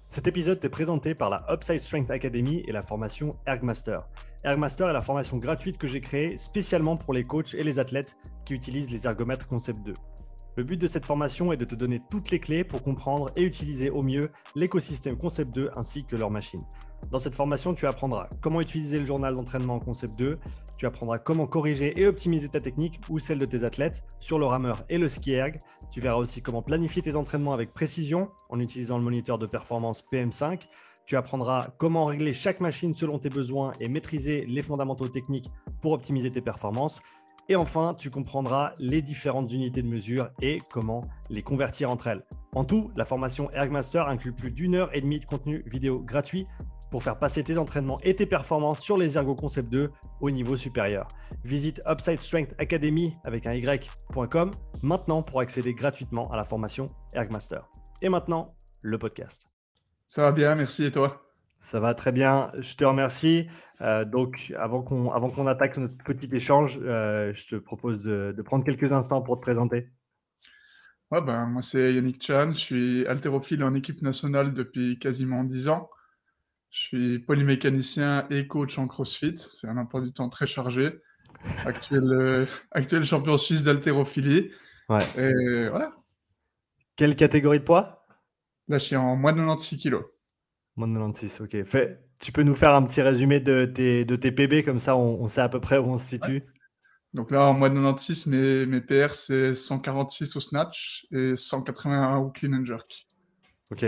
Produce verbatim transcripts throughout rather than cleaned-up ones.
Cet épisode est présenté par la Upside Strength Academy et la formation Ergmaster. Ergmaster est la formation gratuite que j'ai créée spécialement pour les coachs et les athlètes qui utilisent les ergomètres Concept deux. Le but de cette formation est de te donner toutes les clés pour comprendre et utiliser au mieux l'écosystème Concept deux ainsi que leur machine. Dans cette formation, tu apprendras comment utiliser le journal d'entraînement Concept deux, tu apprendras comment corriger et optimiser ta technique ou celle de tes athlètes sur le rameur et le ski erg. Tu verras aussi comment planifier tes entraînements avec précision en utilisant le moniteur de performance P M cinq. Tu apprendras comment régler chaque machine selon tes besoins et maîtriser les fondamentaux techniques pour optimiser tes performances. Et enfin, tu comprendras les différentes unités de mesure et comment les convertir entre elles. En tout, la formation Ergmaster inclut plus d'une heure et demie de contenu vidéo gratuit pour faire passer tes entraînements et tes performances sur les Ergo Concept deux au niveau supérieur. Visite Upside Strength Academy avec un y point com maintenant pour accéder gratuitement à la formation Ergmaster. Et maintenant, le podcast. Ça va bien, merci. Et toi? Ça va très bien, je te remercie. Euh, donc, avant qu'on, avant qu'on attaque notre petit échange, euh, je te propose de, de prendre quelques instants pour te présenter. Ouais, ben, moi, c'est Yannick Chan. Je suis haltérophile en équipe nationale depuis quasiment dix ans. Je suis polymécanicien et coach en CrossFit. C'est un emploi du temps très chargé. Actuel, euh, actuel champion suisse d'haltérophilie. Ouais. Et voilà. Quelle catégorie de poids? Là, je suis en moins de quatre-vingt-seize kilos. Moins de quatre-vingt-seize, ok. Fais, tu peux nous faire un petit résumé de tes, de tes P B, comme ça on, on sait à peu près où on se Ouais. situe. Donc là, en moins de quatre-vingt-seize, mes, mes P R, c'est cent quarante-six au snatch et cent quatre-vingt-un au clean and jerk. Ok.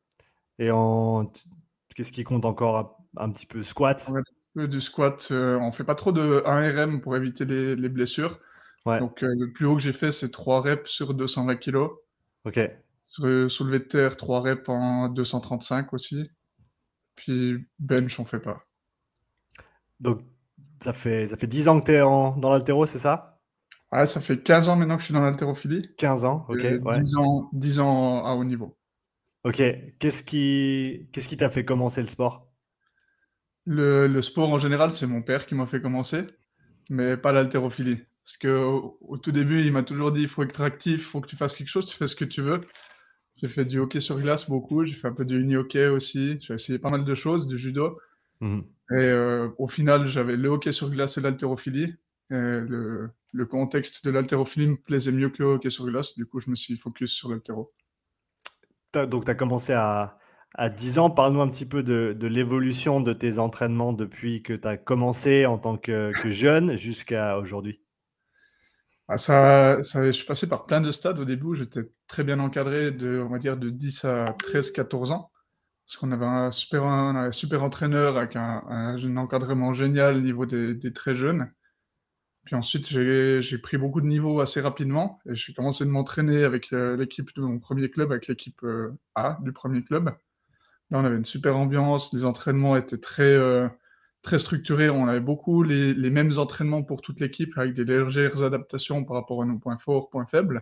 Et en, qu'est-ce qui compte encore un, un petit peu? Squat? Ouais, euh, du squat, euh, on fait pas trop de un R M pour éviter les, les blessures. Ouais. Donc, euh, le plus haut que j'ai fait, c'est trois reps sur deux cent vingt kilos. Ok. Sur le soulevé de terre, trois reps en deux cent trente-cinq aussi. Puis bench, on fait pas. Donc, ça fait, ça fait dix ans que tu es dans l'haltéro, c'est ça? Ouais, ça fait quinze ans maintenant que je suis dans l'haltérophilie. quinze ans, ok, Euh, ouais. dix ans, dix ans à haut niveau. Ok. Qu'est-ce qui, qu'est-ce qui t'a fait commencer le sport? Le, le sport en général, c'est mon père qui m'a fait commencer, mais pas l'haltérophilie. Parce que au, au tout début, il m'a toujours dit, il faut être actif, il faut que tu fasses quelque chose, tu fais ce que tu veux. J'ai fait du hockey sur glace beaucoup, j'ai fait un peu de uni-hockey aussi, j'ai essayé pas mal de choses, du judo. Mhm. Et euh, au final, j'avais le hockey sur glace et l'haltérophilie. Et le, le contexte de l'haltérophilie me plaisait mieux que le hockey sur glace. Du coup, je me suis focus sur l'haltéro. T'as- Donc, tu as commencé à, à dix ans. Parle-nous un petit peu de, de l'évolution de tes entraînements depuis que tu as commencé en tant que, que jeune jusqu'à aujourd'hui. Ah, ça, ça, je suis passé par plein de stades au début où j'étais très bien encadré de, on va dire, de dix à treize, quatorze ans. Parce qu'on avait un super, un, un super entraîneur avec un, un encadrement génial au niveau des, des très jeunes. Puis ensuite, j'ai j'ai pris beaucoup de niveaux assez rapidement et j'ai commencé de m'entraîner avec euh, l'équipe de mon premier club, avec l'équipe euh, A du premier club. Là, on avait une super ambiance, les entraînements étaient très, euh, très structurés. On avait beaucoup les, les mêmes entraînements pour toute l'équipe avec des légères adaptations par rapport à nos points forts, points faibles.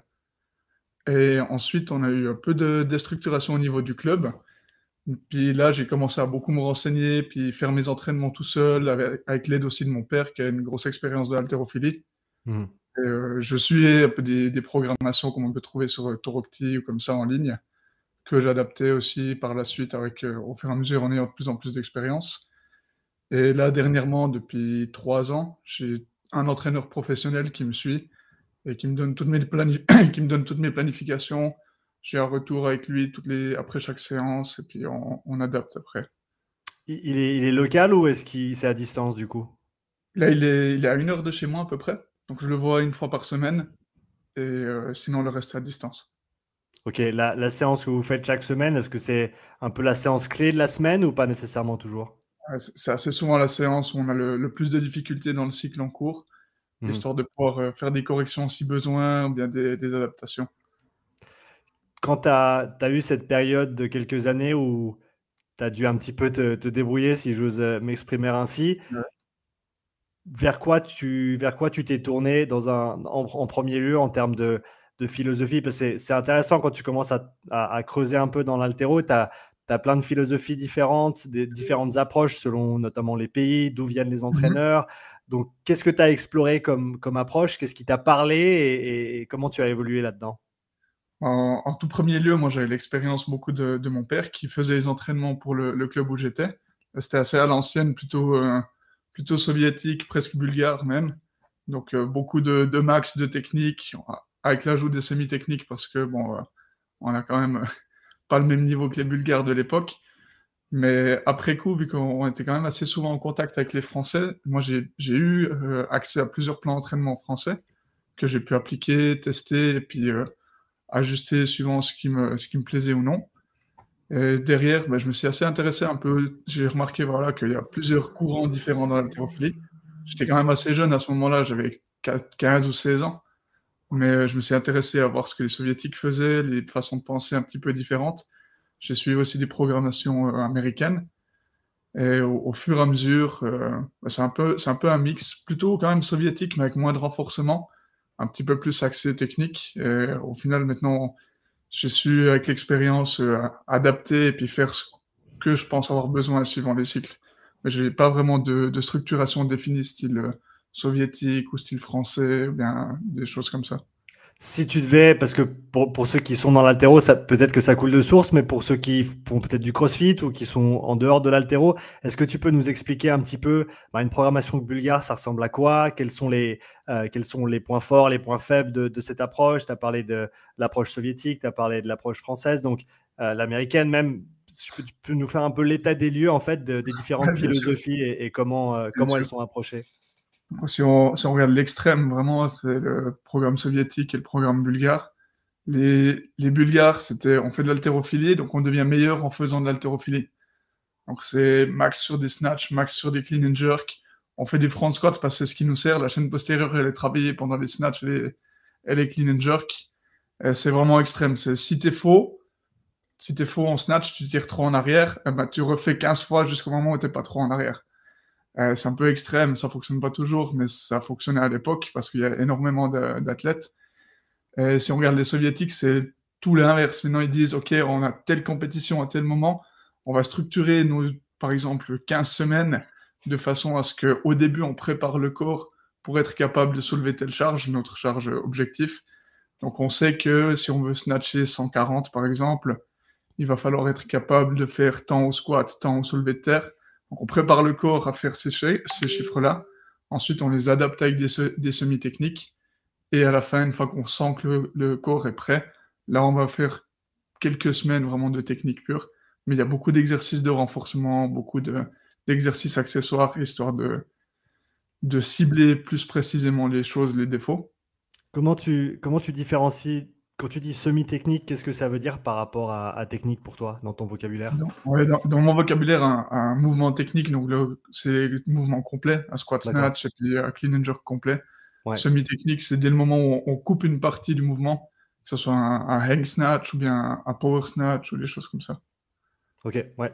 Et ensuite, on a eu un peu de déstructuration au niveau du club. Puis là, j'ai commencé à beaucoup me renseigner, puis faire mes entraînements tout seul, avec, avec l'aide aussi de mon père qui a une grosse expérience de haltérophilie. Mhm. Et, euh, je suis un peu des, des programmations comme on peut trouver sur euh, Torocti ou comme ça en ligne, que j'adaptais aussi par la suite avec, euh, au fur et à mesure en ayant de plus en plus d'expérience. Et là, dernièrement, depuis trois ans, j'ai un entraîneur professionnel qui me suit et qui me donne toutes mes, plani- qui me donne toutes mes planifications. J'ai un retour avec lui toutes les... après chaque séance et puis on, on adapte après. Il il est, il est local ou est-ce qu'il c'est à distance du coup? Là, il est, il est à une heure de chez moi à peu près, donc je le vois une fois par semaine et euh, sinon le reste est à distance. Ok, la, la séance que vous faites chaque semaine, est-ce que c'est un peu la séance clé de la semaine ou pas nécessairement toujours? Ouais, c'est c'est assez souvent la séance où on a le, le plus de difficultés dans le cycle en cours, Mhm. histoire de pouvoir euh, faire des corrections si besoin ou bien des, des adaptations. Quand tu as eu cette période de quelques années où tu as dû un petit peu te, te débrouiller, si j'ose euh, m'exprimer ainsi, Ouais. vers quoi tu vers quoi tu t'es tourné dans un, en, en premier lieu en termes de, de philosophie? Parce que c'est c'est intéressant quand tu commences à, à, à creuser un peu dans l'haltéro, tu as plein de philosophies différentes, des différentes approches selon notamment les pays, d'où viennent les Mhm. entraîneurs. Donc, qu'est-ce que tu as exploré comme, comme approche? Qu'est-ce qui t'a parlé et, et- et comment tu as évolué là-dedans? En en tout premier lieu, moi, j'avais l'expérience beaucoup de de mon père qui faisait les entraînements pour le le club où j'étais. C'était assez à l'ancienne, plutôt, heu, plutôt soviétique, presque bulgare même. Donc heu, beaucoup de de max, de technique, a avec l'ajout des semi-techniques parce que bon, heu, on a quand même, heu, pas le même niveau que les Bulgares de l'époque. Mais après coup, vu qu'on on était quand même assez souvent en contact avec les Français, moi j'ai j'ai eu, heu, accès à plusieurs plans d'entraînement français que j'ai pu appliquer, tester et puis, heu, ajuster suivant ce qui me ce qui me plaisait ou non. Et derrière, bah, je me suis assez intéressé un peu, j'ai remarqué, voilà, qu'il y a plusieurs courants différents dans l'haltérophilie. J'étais quand même assez jeune à ce moment-là, j'avais qua quinze ou seize ans, mais heu, je me suis intéressé à voir ce que les soviétiques faisaient, les façons de penser un petit peu différentes. J'ai suivi aussi des programmations, heu, américaines et au au fur et à mesure, heu, bah, c'est un peu c'est un peu un mix, plutôt quand même soviétique, mais avec moins de renforcement, un petit peu plus axé technique et au final maintenant j'ai su avec l'expérience, heu, a adapter et puis faire ce que je pense avoir besoin suivant les cycles. Mais j'ai pas vraiment de de structuration définie style, heu, soviétique ou style français ou bien des choses comme ça. Si tu devais, parce que pour, pour ceux qui sont dans l'haltéro, ça peut-être que ça coule de source, mais pour ceux qui font peut-être du crossfit ou qui sont en dehors de l'haltéro, est-ce que tu peux nous expliquer un petit peu bah, une programmation bulgare, ça ressemble à quoi? Quels sont les, euh, quels sont les points forts, les points faibles de, de cette approche? Tu as parlé de l'approche soviétique, tu as parlé de l'approche française, donc euh, l'américaine même. Tu peux, tu peux nous faire un peu l'état des lieux en fait de- des Ouais, différentes bien sûr, philosophies et, et comment, euh, bien comment elles sûr. sont approchées? Si on si on regarde l'extrême vraiment, c'est le programme soviétique et le programme bulgare. Les les Bulgares, c'était on fait de l'haltérophilie, donc on devient meilleur en faisant de l'haltérophilie. Donc c'est max sur des snatchs, max sur des clean and jerk. On fait des front squats parce que c'est ce qui nous sert. La chaîne postérieure, elle est travaillée pendant les snatchs et les, et les clean and jerk. Et c'est vraiment extrême. C'est si t'es faux, si t'es faux en snatch, tu tires trop en arrière, eh ben, tu refais quinze fois jusqu'au moment où t'es pas trop en arrière. Euh, c'est un peu extrême, ça fonctionne pas toujours, mais ça fonctionnait à l'époque parce qu'il y a énormément de- d'athlètes. Et si on regarde les soviétiques, c'est tout l'inverse. Maintenant, ils disent, OK, on a telle compétition à tel moment, on va structurer nos, par exemple, quinze semaines de façon à ce qu'au début, on prépare le corps pour être capable de soulever telle charge, notre charge objectif. Donc, on sait que si on veut snatcher cent quarante, par exemple, il va falloir être capable de faire tant au squat, tant au soulevé de terre. Donc, on prépare le corps à faire ces, chi- ces chiffres-là. Ensuite, on les adapte avec des, se- des semi-techniques. Et à la fin, une fois qu'on sent que le, le corps est prêt, là, on va faire quelques semaines vraiment de technique pure. Mais il y a beaucoup d'exercices de renforcement, beaucoup de, d'exercices accessoires, histoire de, de cibler plus précisément les choses, les défauts. Comment tu, comment tu différencies, quand tu dis semi-technique, qu'est-ce que ça veut dire par rapport à, à technique pour toi, dans ton vocabulaire? Dans, ouais, dans, dans mon vocabulaire, un, un mouvement technique, donc le- c'est le mouvement complet, un squat D'accord. snatch et puis un clean and jerk complet. Ouais. Semi-technique, c'est dès le moment où on, on coupe une partie du mouvement, que ce soit un, un hang snatch ou bien un, un power snatch ou des choses comme ça. Ok. Ouais.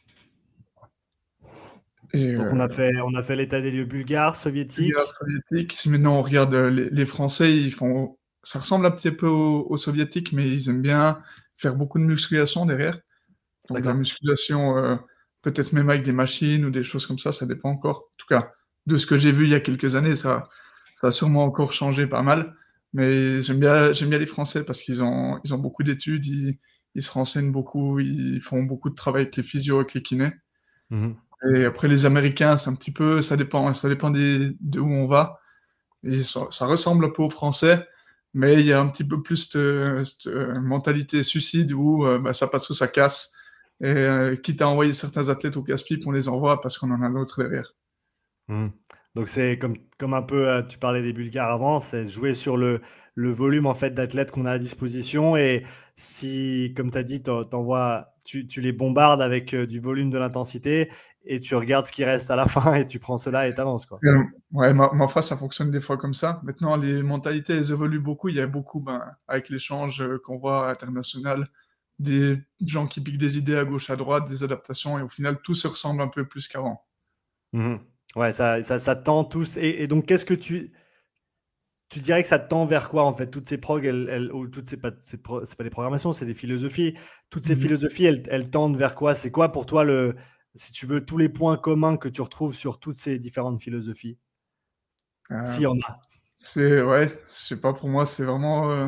Et Donc euh, on a fait, on a fait l'état des lieux bulgare, Bulgares, soviétique. soviétiques. Si maintenant on regarde euh, les, les Français, ils font, ça ressemble un petit peu aux, aux soviétiques, mais ils aiment bien faire beaucoup de musculation derrière. Donc de la D'accord. musculation, euh, peut-être même avec des machines ou des choses comme ça, ça dépend encore. En tout cas, de ce que j'ai vu il y a quelques années, ça, ça a sûrement encore changé pas mal. Mais j'aime bien, j'aime bien les Français parce qu'ils ont, ils ont beaucoup d'études, ils, ils se renseignent beaucoup, ils font beaucoup de travail avec les physios, avec les kinés. Mhm. Et après les Américains, c'est un petit peu, ça dépend, ça dépend des, de où on va. Et ça, ça ressemble un peu aux Français, mais il y a un petit peu plus de, cette euh, mentalité suicide où euh, bah, ça passe ou ça casse. Et euh, quitte à envoyer certains athlètes au casse-pipe, on les envoie parce qu'on en a d'autres derrière. Mhm. Donc c'est comme, comme un peu, euh, tu parlais des Bulgares avant, c'est jouer sur le, le volume en fait d'athlètes qu'on a à disposition et si, comme tu as dit, t'en- t'envoies, tu, tu les bombardes avec euh, du volume de l'intensité et tu regardes ce qui reste à la fin et tu prends cela et t'avances quoi. Et, euh, ouais, ma, ma foi, ça fonctionne des fois comme ça. Maintenant, les mentalités, elles évoluent beaucoup. Il y a beaucoup, ben, avec l'échange euh, qu'on voit à l'international, des gens qui piquent des idées à gauche, à droite, des adaptations, et au final, tout se ressemble un peu plus qu'avant. Mhm. Ouais, ça, ça, ça tend tous. Et, et donc, qu'est-ce que tu, tu dirais que ça tend vers quoi en fait? Toutes ces prog, elles, elles- ou toutes ces, pas, c'est pro- c'est pas des programmations, c'est des philosophies. Toutes ces Mhm. philosophies, elles, elles tendent vers quoi? C'est quoi pour toi le, si tu veux, tous les points communs que tu retrouves sur toutes ces différentes philosophies? Euh, S'il y en a. C'est ouais, je sais pas, pour moi, c'est vraiment, heu,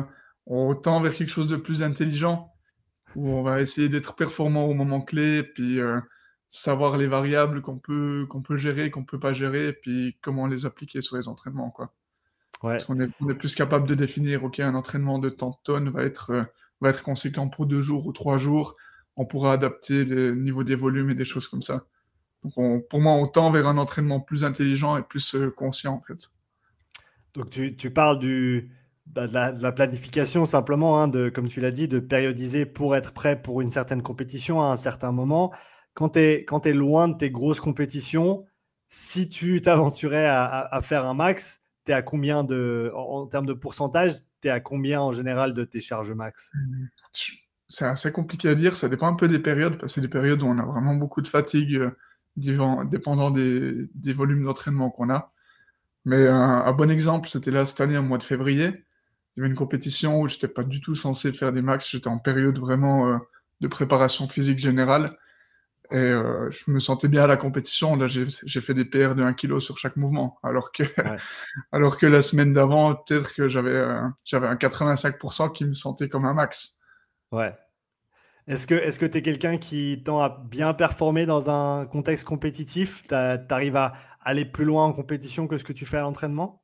on tend vers quelque chose de plus intelligent, où on va essayer d'être performant au moment clé, puis, heu, savoir les variables qu'on peut qu'on peut gérer, qu'on peut pas gérer, puis comment les appliquer sur les entraînements, quoi. Parce Ouais. qu'on est on est plus capable de définir, OK, un entraînement de tant de tonnes va être, heu, va être conséquent pour deux jours ou trois jours. On pourra adapter le niveau des volumes et des choses comme ça. Donc on pour moi, on tend vers un entraînement plus intelligent et plus, heu, conscient, en fait. Donc tu tu parles du bah, de la de la planification simplement, hein, de comme tu l'as dit, de périodiser pour être prêt pour une certaine compétition à un certain moment. Quand tu es quand tu es loin de tes grosses compétitions, si tu t'aventurais à à à faire un max, tu es à combien de en en termes de pourcentage, tu es à combien en général de tes charges max? Mmh, ch c'est assez compliqué à dire, ça dépend un peu des périodes, parce que c'est des périodes où on a vraiment beaucoup de fatigue, heu, divan dépendant des des volumes d'entraînement qu'on a. Mais un un bon exemple, c'était là cette année au mois de février. Il y avait une compétition où j'étais pas du tout censé faire des max, j'étais en période vraiment, heu, de préparation physique générale et heu, je me sentais bien à la compétition. Là, j'ai j'ai fait des P R de un kilo sur chaque mouvement, alors que Ouais, alors que la semaine d'avant, peut-être que j'avais, heu, j'avais un quatre-vingt-cinq qui me sentait comme un max. ouais. Est-ce que est-ce que tu es quelqu'un qui tend à bien performer dans un contexte compétitif? Tu arrives à aller plus loin en compétition que ce que tu fais à l'entraînement?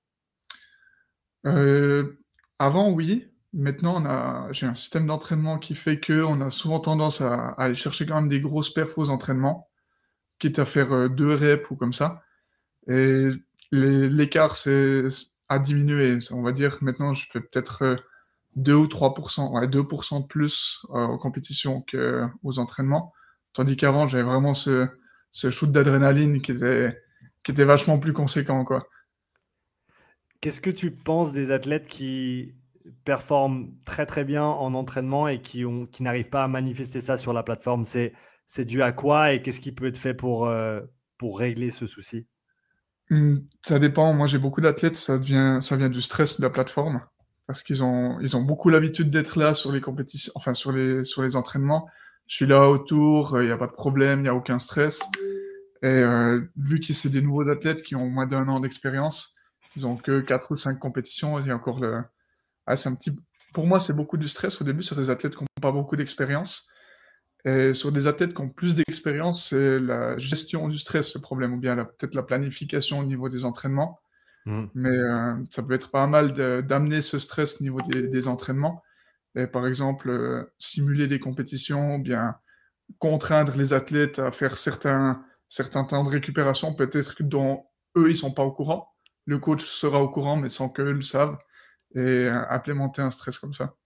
Heu, avant oui, maintenant on a j'ai un système d'entraînement qui fait qu'on a souvent tendance à à aller chercher quand même des grosses perfs aux entraînements, quitte à faire, heu, deux reps ou comme ça et l'é l'écart c'est s a diminué. On va dire que maintenant je fais peut-être, heu, deux ou trois ouais deux de plus, heu, en compétition qu'aux entraînements. Tandis qu'avant j'avais vraiment ce ce shoot d'adrénaline qui était qui était vachement plus conséquent, quoi. Qu'est-ce que tu penses des athlètes qui performent très, très bien en entraînement et qui ont qui n'arrivent pas à manifester ça sur la plateforme? C'est c'est dû à quoi et qu'est-ce qui peut être fait pour, heu, pour régler ce souci? Mmh, ça dépend. Moi, j'ai beaucoup d'athlètes, ça devient ça vient du stress de la plateforme parce qu'ils ont ils ont beaucoup l'habitude d'être là sur les compétitions enfin sur les sur les entraînements. Je suis là autour, il y a pas de problème, il y a aucun stress et heu, vu que c'est des nouveaux athlètes qui ont moins d'un an d'expérience, ils ont que quatre ou cinq compétitions, il y a encore le ah, c'est un petit pour moi, c'est beaucoup du stress au début sur des athlètes qui ont pas beaucoup d'expérience et sur des athlètes qui ont plus d'expérience, c'est la gestion du stress, le problème ou bien la peut-être la planification au niveau des entraînements. Mmh. Mais, heu, ça peut être pas mal de d'amener ce stress au niveau des des entraînements et par exemple, heu, simuler des compétitions ou bien contraindre les athlètes à faire certains certains temps de récupération peut-être que dont eux, ils sont pas au courant. Le coach sera au courant, mais sans qu'eux le savent et heu, implémenter un stress comme ça.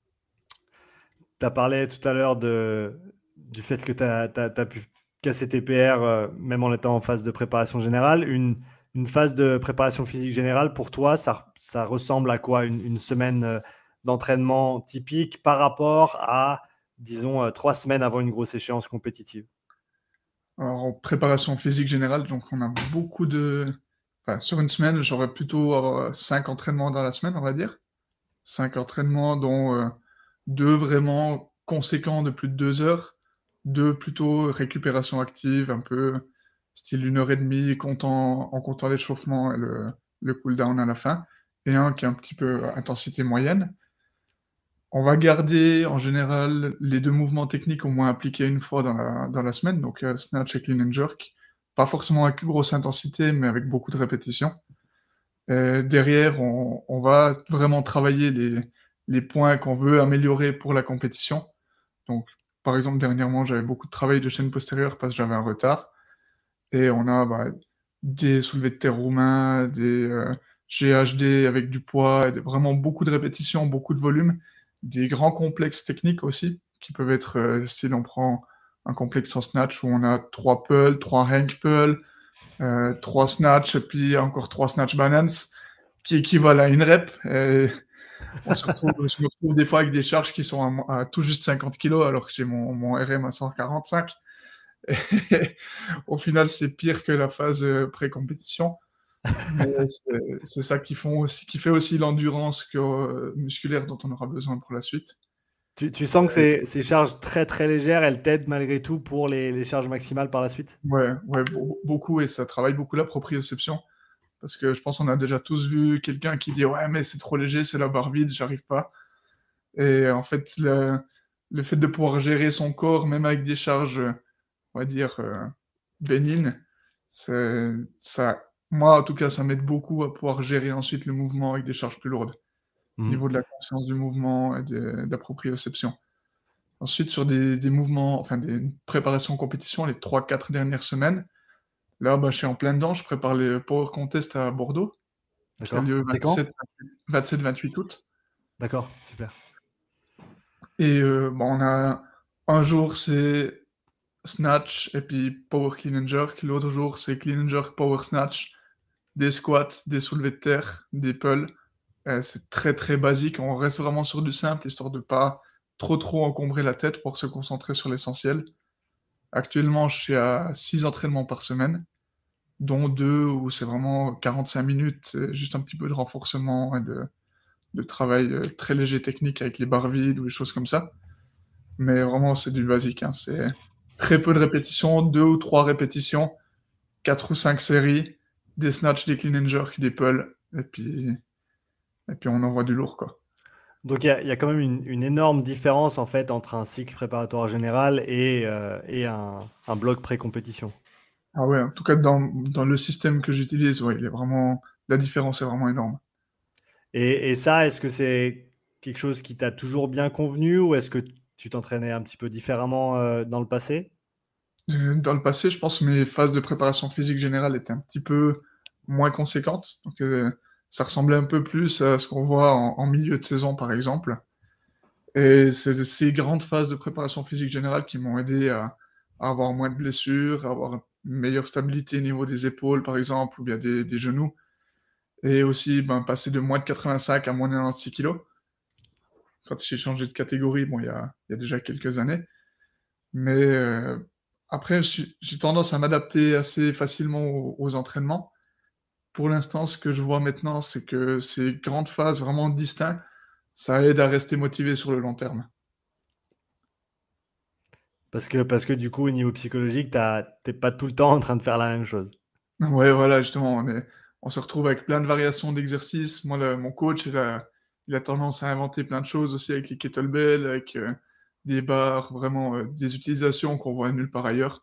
Tu as parlé tout à l'heure de du fait que tu as pu casser tes P R, heu, même en étant en phase de préparation générale. Une une phase de préparation physique générale pour toi, ça r ça ressemble à quoi? Une une semaine, heu, d'entraînement typique par rapport à, disons, heu, trois semaines avant une grosse échéance compétitive? Alors en préparation physique générale, donc on a beaucoup de enfin sur une semaine, j'aurais plutôt, heu, cinq entraînements dans la semaine, on va dire. Cinq entraînements dont, heu, deux vraiment conséquents de plus de deux heures, deux plutôt récupération active, un peu style une heure et demie comptant en comptant l'échauffement et le le cool down à la fin et un qui est un petit peu euh, intensité moyenne. On va garder en général les deux mouvements techniques au moins appliqués une fois dans la dans la semaine, donc heu, snatch et clean and jerk. Pas forcément avec une grosse intensité, mais avec beaucoup de répétitions. Heu, derrière, on on va vraiment travailler les les points qu'on veut améliorer pour la compétition. Donc, par exemple, dernièrement, j'avais beaucoup de travail de chaîne postérieure parce que j'avais un retard et on a, bah, des soulevés de terre roumains, des, heu, G H D avec du poids, et des vraiment beaucoup de répétitions, beaucoup de volume, des grands complexes techniques aussi qui peuvent être, heu, style on prend un complexe en snatch où on a trois pulls, trois rank pulls, heu, trois snatch et puis encore trois snatch balance qui équivalent à une rep et on se retrouve je me retrouve des fois avec des charges qui sont à mo à tout juste cinquante kilos alors que j'ai mon mon R M à cent quarante-cinq et au final, c'est pire que la phase, heu, pré-compétition, mais c'est c'est ça qui font aussi qui fait aussi l'endurance que, heu, musculaire dont on aura besoin pour la suite. Tu tu sens que ces ces charges très, très légères, elles t'aident malgré tout pour les les charges maximales par la suite? Ouais, ouais, beau beaucoup et ça travaille beaucoup la proprioception parce que je pense qu'on a déjà tous vu quelqu'un qui dit: «Ouais, mais c'est trop léger, c'est la barre vide, j'arrive pas» Et en fait, le le fait de pouvoir gérer son corps, même avec des charges, heu, on va dire, heu, bénignes, c'est ça moi, en tout cas, ça m'aide beaucoup à pouvoir gérer ensuite le mouvement avec des charges plus lourdes. Au Mmh. niveau de la conscience du mouvement et de de la proprioception. Ensuite, sur des des mouvements, enfin des préparations compétition, les trois quatre dernières semaines, là, bah, je suis en plein dedans. Je prépare les Power Contest à Bordeaux, qui a D'accord. lieu C'est quand? vingt-sept vingt-sept vingt-huit août. D'accord, super. Et heu, bah, on a un jour, c'est snatch et puis power clean and jerk. L'autre jour, c'est clean and jerk, power snatch, des squats, des soulevés de terre, des pulls. Heu, c'est très, très basique. On reste vraiment sur du simple, histoire de pas trop, trop encombrer la tête pour se concentrer sur l'essentiel. Actuellement, je suis à six entraînements par semaine, dont deux où c'est vraiment quarante-cinq minutes, c'est juste un petit peu de renforcement et de de travail, heu, très léger technique avec les barres vides ou des choses comme ça. Mais vraiment, c'est du basique, hein. C'est très peu de répétitions, deux ou trois répétitions, quatre ou cinq séries, des snatchs, des clean and jerk, des pulls et puis et puis on envoie du lourd, quoi. Donc il y a il y a quand même une une énorme différence, en fait, entre un cycle préparatoire général et heu et un un bloc pré-compétition. Ah ouais, en tout cas dans dans le système que j'utilise, ouais, il est vraiment la différence est vraiment énorme. Et et ça, est-ce que c'est quelque chose qui t'a toujours bien convenu ou est-ce que tu t'entraînais un petit peu différemment, heu, dans le passé? Heu, dans le passé, je pense mes phases de préparation physique générale étaient un petit peu moins conséquentes, donc heu, ça ressemblait un peu plus à ce qu'on voit en en milieu de saison, par exemple. Et c'est ces grandes phases de préparation physique générale qui m'ont aidé à à avoir moins de blessures, à avoir une meilleure stabilité au niveau des épaules, par exemple, ou bien des des genoux et aussi, ben, passer de moins de quatre-vingt-cinq à moins de quatre-vingt-six kilogrammes. Quand j'ai changé de catégorie, bon, il y a il y a déjà quelques années, mais heu, après j'ai j'ai tendance à m'adapter assez facilement aux aux entraînements. Pour l'instant, ce que je vois maintenant, c'est que ces grandes phases vraiment distinctes, ça aide à rester motivé sur le long terme. Parce que parce que du coup, au niveau psychologique, tu es pas tout le temps en train de faire la même chose? Ouais, voilà, justement, on est on se retrouve avec plein de variations d'exercices. Moi, le mon coach, il a il a tendance à inventer plein de choses aussi avec les kettlebells, avec, heu, des barres, vraiment, heu, des utilisations qu'on voit nulle part ailleurs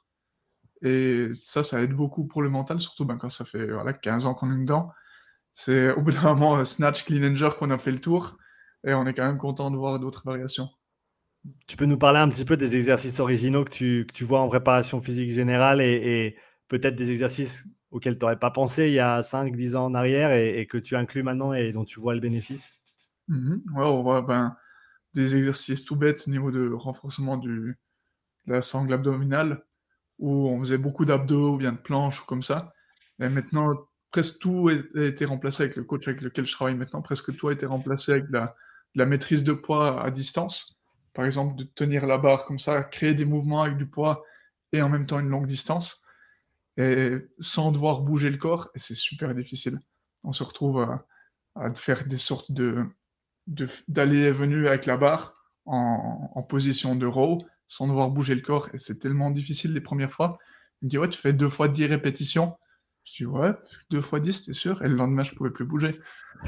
et ça, ça aide beaucoup pour le mental, surtout, ben, quand ça fait, voilà, quinze ans qu'on est dedans. C'est au bout d'un moment, heu, snatch, clean and jerk, on a fait le tour et on est quand même content de voir d'autres variations. Tu peux nous parler un petit peu des exercices originaux que tu que tu vois en préparation physique générale et et peut-être des exercices auxquels tu aurais pas pensé il y a cinq, dix ans en arrière et et que tu inclus maintenant et dont tu vois le bénéfice? Mmh mh. Ouais, on voit, ben, des exercices tout bêtes au niveau de renforcement du de la sangle abdominale, où on faisait beaucoup d'abdos ou bien de planches ou comme ça. Et maintenant, presque tout est a été remplacé avec le coach avec lequel je travaille maintenant, presque tout a été remplacé avec de la de la maîtrise de poids à distance. Par exemple, de tenir la barre comme ça, créer des mouvements avec du poids et en même temps une longue distance et sans devoir bouger le corps et c'est super difficile. On se retrouve à à faire des sortes de de f d'allées et venues avec la barre en en position de row, sans devoir bouger le corps et c'est tellement difficile les premières fois. Il me dit: «Ouais, tu fais deux fois dix répétitions». Je dis: «Ouais, deux fois dix, tu es sûr?» Et le lendemain, je pouvais plus bouger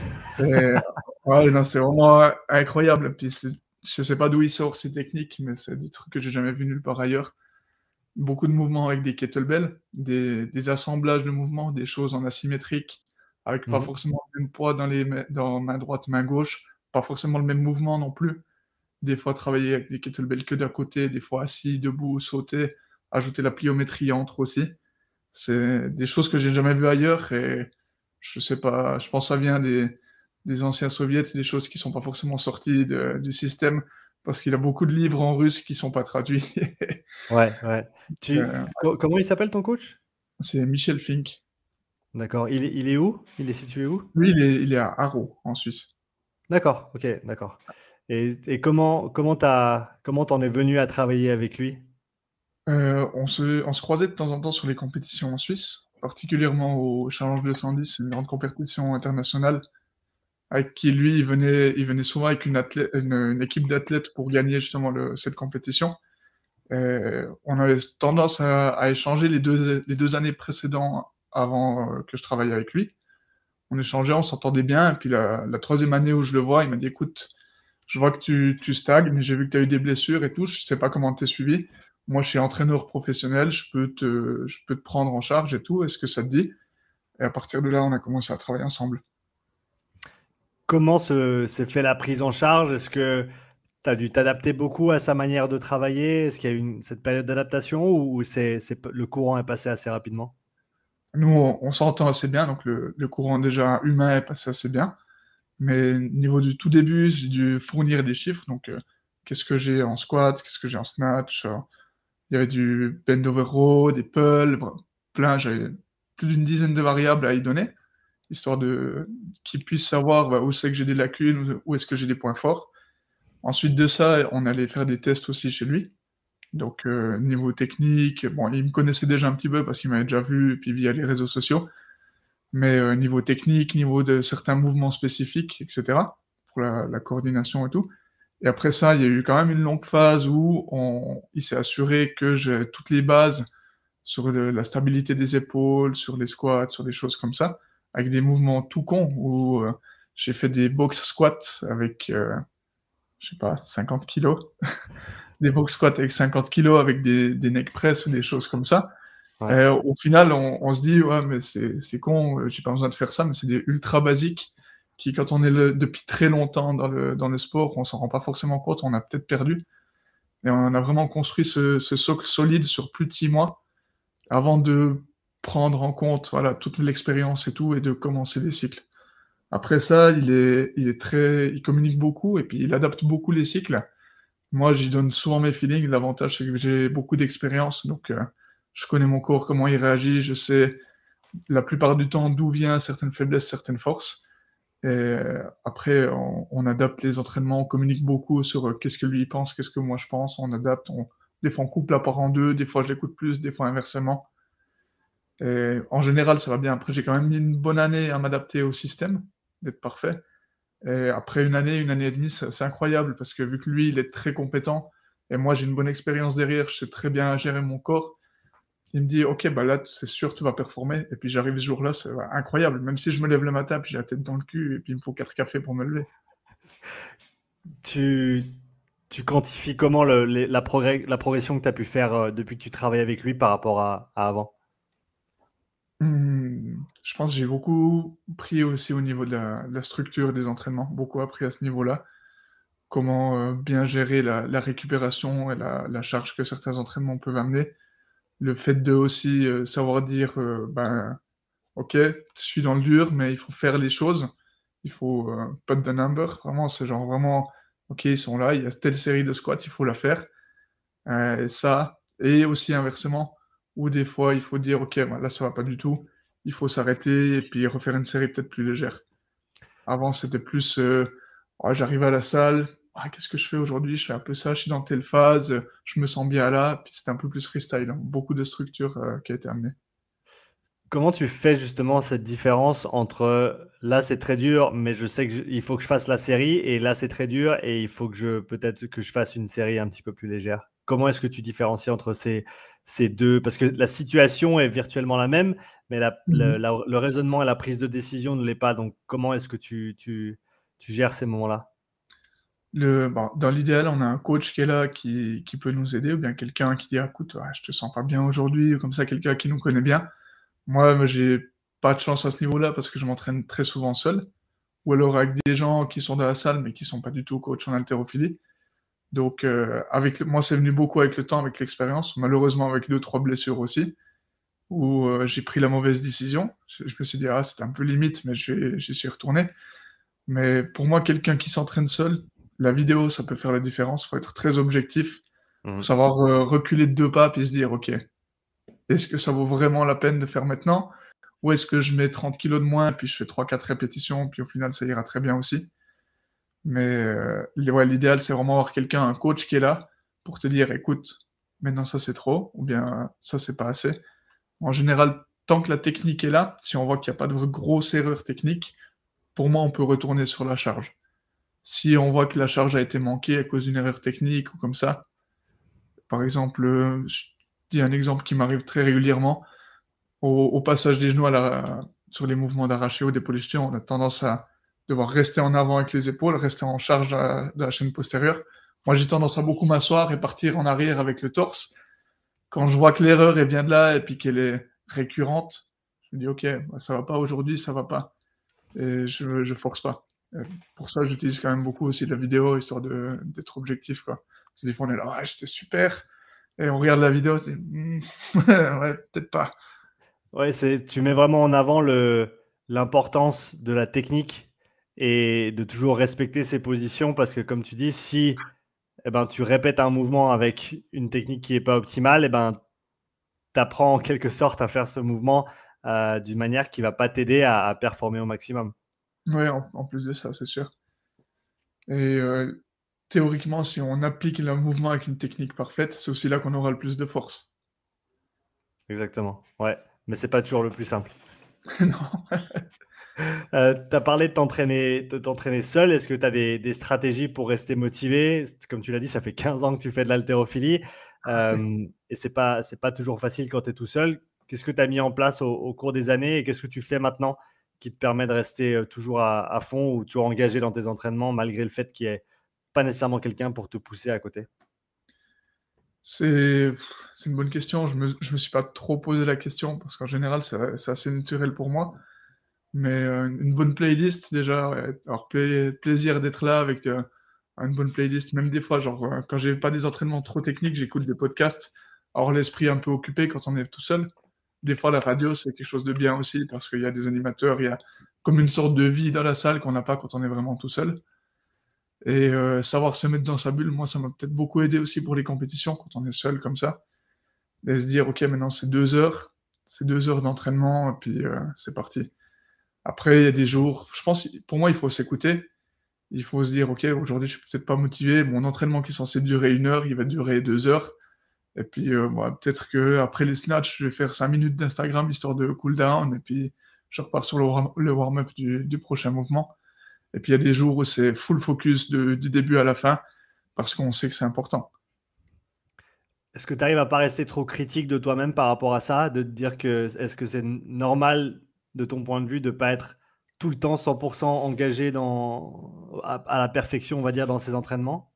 et ouais, non, c'est vraiment incroyable. Puis c'est je sais pas d'où il sort ces techniques, mais c'est des trucs que j'ai jamais vus nulle part ailleurs. Beaucoup de mouvements avec des kettlebells, des des assemblages de mouvements, des choses en asymétrique, avec pas Mmh. forcément le même poids dans les mains dans main droite, main gauche, pas forcément le même mouvement non plus. Des fois travailler avec des kettlebells que d'un côté, des fois assis, debout, sauter, ajouter la pliométrie entre aussi. C'est des choses que j'ai jamais vues ailleurs et je sais pas, je pense que ça vient des des anciens soviets, c'est des choses qui sont pas forcément sorties de du système, parce qu'il y a beaucoup de livres en russe qui sont pas traduits. Ouais, ouais. Tu Heu, co comment il s'appelle ton coach? c'est Michel Fink. D'accord. Il est il est où? Il est situé où? Lui, il est il est à Haro, en Suisse. D'accord, OK, d'accord. Et et comment comment tu comment t'en es venu à travailler avec lui? Heu, on se on se croisait de temps en temps sur les compétitions en Suisse, particulièrement au Challenge deux cent dix, une grande compétition internationale avec qui lui, il venait il venait souvent avec une athlè une, une équipe d'athlètes pour gagner justement le cette compétition. Heu, on avait tendance à à échanger les deux les deux années précédentes avant, heu, que je travaille avec lui. On échangeait, on s'entendait bien et puis la la troisième année où je le vois, il m'a dit: «Écoute, je vois que tu tu stagnes, j'ai vu que tu as eu des blessures et tout, je sais pas comment tu es suivi. Moi, je suis entraîneur professionnel, je peux te je peux te prendre en charge et tout, est-ce que ça te dit? Et à partir de là, on a commencé à travailler ensemble. Comment se s'est fait la prise en charge? Est-ce que tu as dû t'adapter beaucoup à sa manière de travailler? Est-ce qu'il y a eu une cette période d'adaptation ou c'est c'est p le courant est passé assez rapidement? Nous, on on s'entend assez bien, donc le le courant déjà humain est passé assez bien. Mais niveau du tout début, j'ai dû fournir des chiffres, donc heu, qu'est-ce que j'ai en squat, qu'est-ce que j'ai en snatch, heu, il y avait du bend over row, des pulls, vra plein, j'avais plus d'une dizaine de variables à lui donner, histoire de qu'il puisse savoir, bah, où c'est que j'ai des lacunes, où où est-ce que j'ai des points forts. Ensuite de ça, on allait faire des tests aussi chez lui, donc heu, niveau technique, bon, il me connaissait déjà un petit peu parce qu'il m'avait déjà vu et puis via les réseaux sociaux. Mais heu, niveau technique, niveau de certains mouvements spécifiques et cetera, pour la la coordination et tout. Et après ça, il y a eu quand même une longue phase où on il s'est assuré que j'ai toutes les bases sur le la stabilité des épaules, sur les squats, sur des choses comme ça, avec des mouvements tout cons où, heu, j'ai fait des box squats avec, heu, je sais pas, cinquante kilos, des box squats avec cinquante kilos, avec des des neck press, des choses comme ça. Ouais. Heu, au final, on on se dit: «Ouais, mais c'est c'est con, heu, j'ai pas besoin de faire ça», mais c'est des ultra basiques qui, quand on est le depuis très longtemps dans le dans le sport, on s'en rend pas forcément compte, on a peut-être perdu et on a vraiment construit ce ce socle solide sur plus de six mois avant de prendre en compte, voilà, toute l'expérience et tout et de commencer les cycles. Après ça, il est il est très il communique beaucoup et puis il adapte beaucoup les cycles. Moi, j'y donne souvent mes feelings. L'avantage, c'est que j'ai beaucoup d'expérience, donc heu, je connais mon corps, comment il réagit, je sais la plupart du temps d'où vient certaines faiblesses, certaines forces. Et après, on, on adapte les entraînements, on communique beaucoup sur euh, qu'est-ce que lui il pense, qu'est-ce que moi je pense, on adapte, on, des fois on coupe la part en deux, des fois je l'écoute plus, des fois inversement. Et en général, ça va bien. Après, j'ai quand même mis une bonne année à m'adapter au système, d'être parfait. Et après une année, une année et demie, c'est c'est incroyable parce que vu que lui, il est très compétent et moi j'ai une bonne expérience derrière, je sais très bien gérer mon corps. Il me dit: «OK, bah, là, c'est sûr, tu vas performer» et puis j'arrive ce jour-là, c'est ouais, incroyable. Même si je me lève le matin, puis j'ai la tête dans le cul et puis il me faut quatre cafés pour me lever. Tu tu quantifies comment le les la progrès la progression que tu as pu faire, heu, depuis que tu travailles avec lui par rapport à à avant? Mmh, je pense que j'ai beaucoup pris aussi au niveau de la de la structure des entraînements, beaucoup appris à ce niveau-là. Comment, heu, bien gérer la la récupération et la la charge que certains entraînements peuvent amener. Le fait de aussi, heu, savoir dire, heu, ben: «OK, je suis dans le dur, mais il faut faire les choses». Il faut, heu, put the number, vraiment, c'est genre vraiment: «OK, ils sont là, il y a telle série de squats, il faut la faire». Heu, et ça et aussi inversement, où des fois il faut dire: «OK, bah, là ça va pas du tout, il faut s'arrêter et puis refaire une série peut-être plus légère». Avant c'était plus, heu: «Oh j'arrive à la salle, ah qu'est-ce que je fais aujourd'hui? Je fais un peu ça, je suis dans telle phase, heu, je me sens bien là». Puis c'était un peu plus freestyle, hein, beaucoup de structure, heu, qui a été amenée. Comment tu fais justement cette différence entre, là c'est très dur, mais je sais que je il faut que je fasse la série et là c'est très dur et il faut que je peut-être que je fasse une série un petit peu plus légère? Comment est-ce que tu différencies entre ces ces deux? Parce que la situation est virtuellement la même, mais la Mmh le mh. la le raisonnement et la prise de décision ne l'est pas. Donc comment est-ce que tu tu tu gères ces moments-là? Le bon, dans l'idéal, on a un coach qui est là, qui qui peut nous aider ou bien quelqu'un qui dit: «Ah écoute, ouais, je te sens pas bien aujourd'hui», ou comme ça, quelqu'un qui nous connaît bien. Moi, moi, j'ai pas de chance à ce niveau-là parce que je m'entraîne très souvent seul ou alors avec des gens qui sont dans la salle, mais qui sont pas du tout coach en haltérophilie. Donc heu, avec le moi, c'est venu beaucoup avec le temps, avec l'expérience, malheureusement avec deux trois blessures aussi, où heu, j'ai pris la mauvaise décision. Je je me suis dit: «Ah, c'était un peu limite», mais je suis j'y suis retourné. Mais pour moi, quelqu'un qui s'entraîne seul, la vidéo, ça peut faire la différence. Faut être très objectif. Faut Mmh. savoir, heu, reculer de deux pas puis se dire: «OK, est-ce que ça vaut vraiment la peine de faire maintenant? Ou est-ce que je mets trente kilos de moins, puis je fais trois quatre répétitions, puis au final ça ira très bien aussi». Mais heu, l'i ouais, l'idéal, c'est vraiment avoir quelqu'un, un coach qui est là pour te dire: «Écoute, maintenant ça c'est trop» ou bien «Ça c'est pas assez». En général, tant que la technique est là, si on voit qu'il y a pas de v grosse erreur technique, pour moi, on peut retourner sur la charge. Si on voit que la charge a été manquée à cause d'une erreur technique ou comme ça, par exemple, heu, je dis un exemple qui m'arrive très régulièrement. Au au passage des genoux à la sur les mouvements d'arraché ou décolleté, on a tendance à devoir rester en avant avec les épaules, rester en charge de la, de la chaîne postérieure. Moi, j'ai tendance à beaucoup m'asseoir et partir en arrière avec le torse. Quand je vois que l'erreur, elle vient de là et puis qu'elle est récurrente, je me dis, OK, bah, ça va pas aujourd'hui, ça va pas. Et je, je force pas. Et pour ça, j'utilise quand même beaucoup aussi la vidéo, histoire de, d'être objectif, quoi. Parce que des fois, on est là, ouais, j'étais super. Et on regarde la vidéo, c'est, hmm, ouais, peut-être pas. Ouais, c'est, tu mets vraiment en avant le, l'importance de la technique et de toujours respecter ses positions parce que, comme tu dis, si eh ben, tu répètes un mouvement avec une technique qui n'est pas optimale, eh ben, tu apprends en quelque sorte à faire ce mouvement euh, d'une manière qui ne va pas t'aider à, à performer au maximum. Ouais, en, en plus de ça, c'est sûr. Et euh, théoriquement, si on applique le mouvement avec une technique parfaite, c'est aussi là qu'on aura le plus de force. Exactement. Ouais. Mais c'est pas toujours le plus simple. Non. Euh, tu as parlé de t'entraîner, de t'entraîner seul. Est-ce que tu as des, des stratégies pour rester motivé? Comme tu l'as dit, ça fait quinze ans que tu fais de l'haltérophilie. Euh, et c'est pas, c'est pas toujours facile quand tu es tout seul. Qu'est-ce que tu as mis en place au, au cours des années et qu'est-ce que tu fais maintenant qui te permet de rester euh, toujours à, à fond ou toujours engagé dans tes entraînements malgré le fait qu'il n'y ait pas nécessairement quelqu'un pour te pousser à côté? C'est c'est une bonne question. Je me je me suis pas trop posé la question parce qu'en général, c'est c'est assez naturel pour moi. Mais, heu, une bonne playlist déjà, ouais, avoir plai plaisir d'être là avec, heu, une bonne playlist. Même des fois, genre, heu, quand j'ai pas des entraînements trop techniques, j'écoute des podcasts. Avoir l'esprit un peu occupé quand on est tout seul. Des fois, la radio, c'est quelque chose de bien aussi parce qu'il y a des animateurs, il y a comme une sorte de vie dans la salle qu'on n'a pas quand on est vraiment tout seul. Et heu, savoir se mettre dans sa bulle, moi, ça m'a peut-être beaucoup aidé aussi pour les compétitions quand on est seul comme ça. Et se dire: «OK, maintenant c'est deux heures, c'est deux heures d'entraînement et puis, heu, c'est parti». Après, il y a des jours je pense, pour moi, il faut s'écouter. Il faut se dire: «OK, aujourd'hui, je suis peut-être pas motivé. Mon entraînement qui est censé durer une heure, il va durer deux heures et puis, heu, bah, peut-être qu'après les snatchs, je vais faire cinq minutes d'Instagram histoire de cool down et puis je repars sur le warm le warm-up du du prochain mouvement». Et puis il y a des jours où c'est full focus de du début à la fin parce qu'on sait que c'est important. Est-ce que tu arrives à pas rester trop critique de toi-même par rapport à ça? De te dire que est-ce que c'est n normal de ton point de vue de pas être tout le temps cent pour cent engagé dans à à la perfection, on va dire, dans ses entraînements?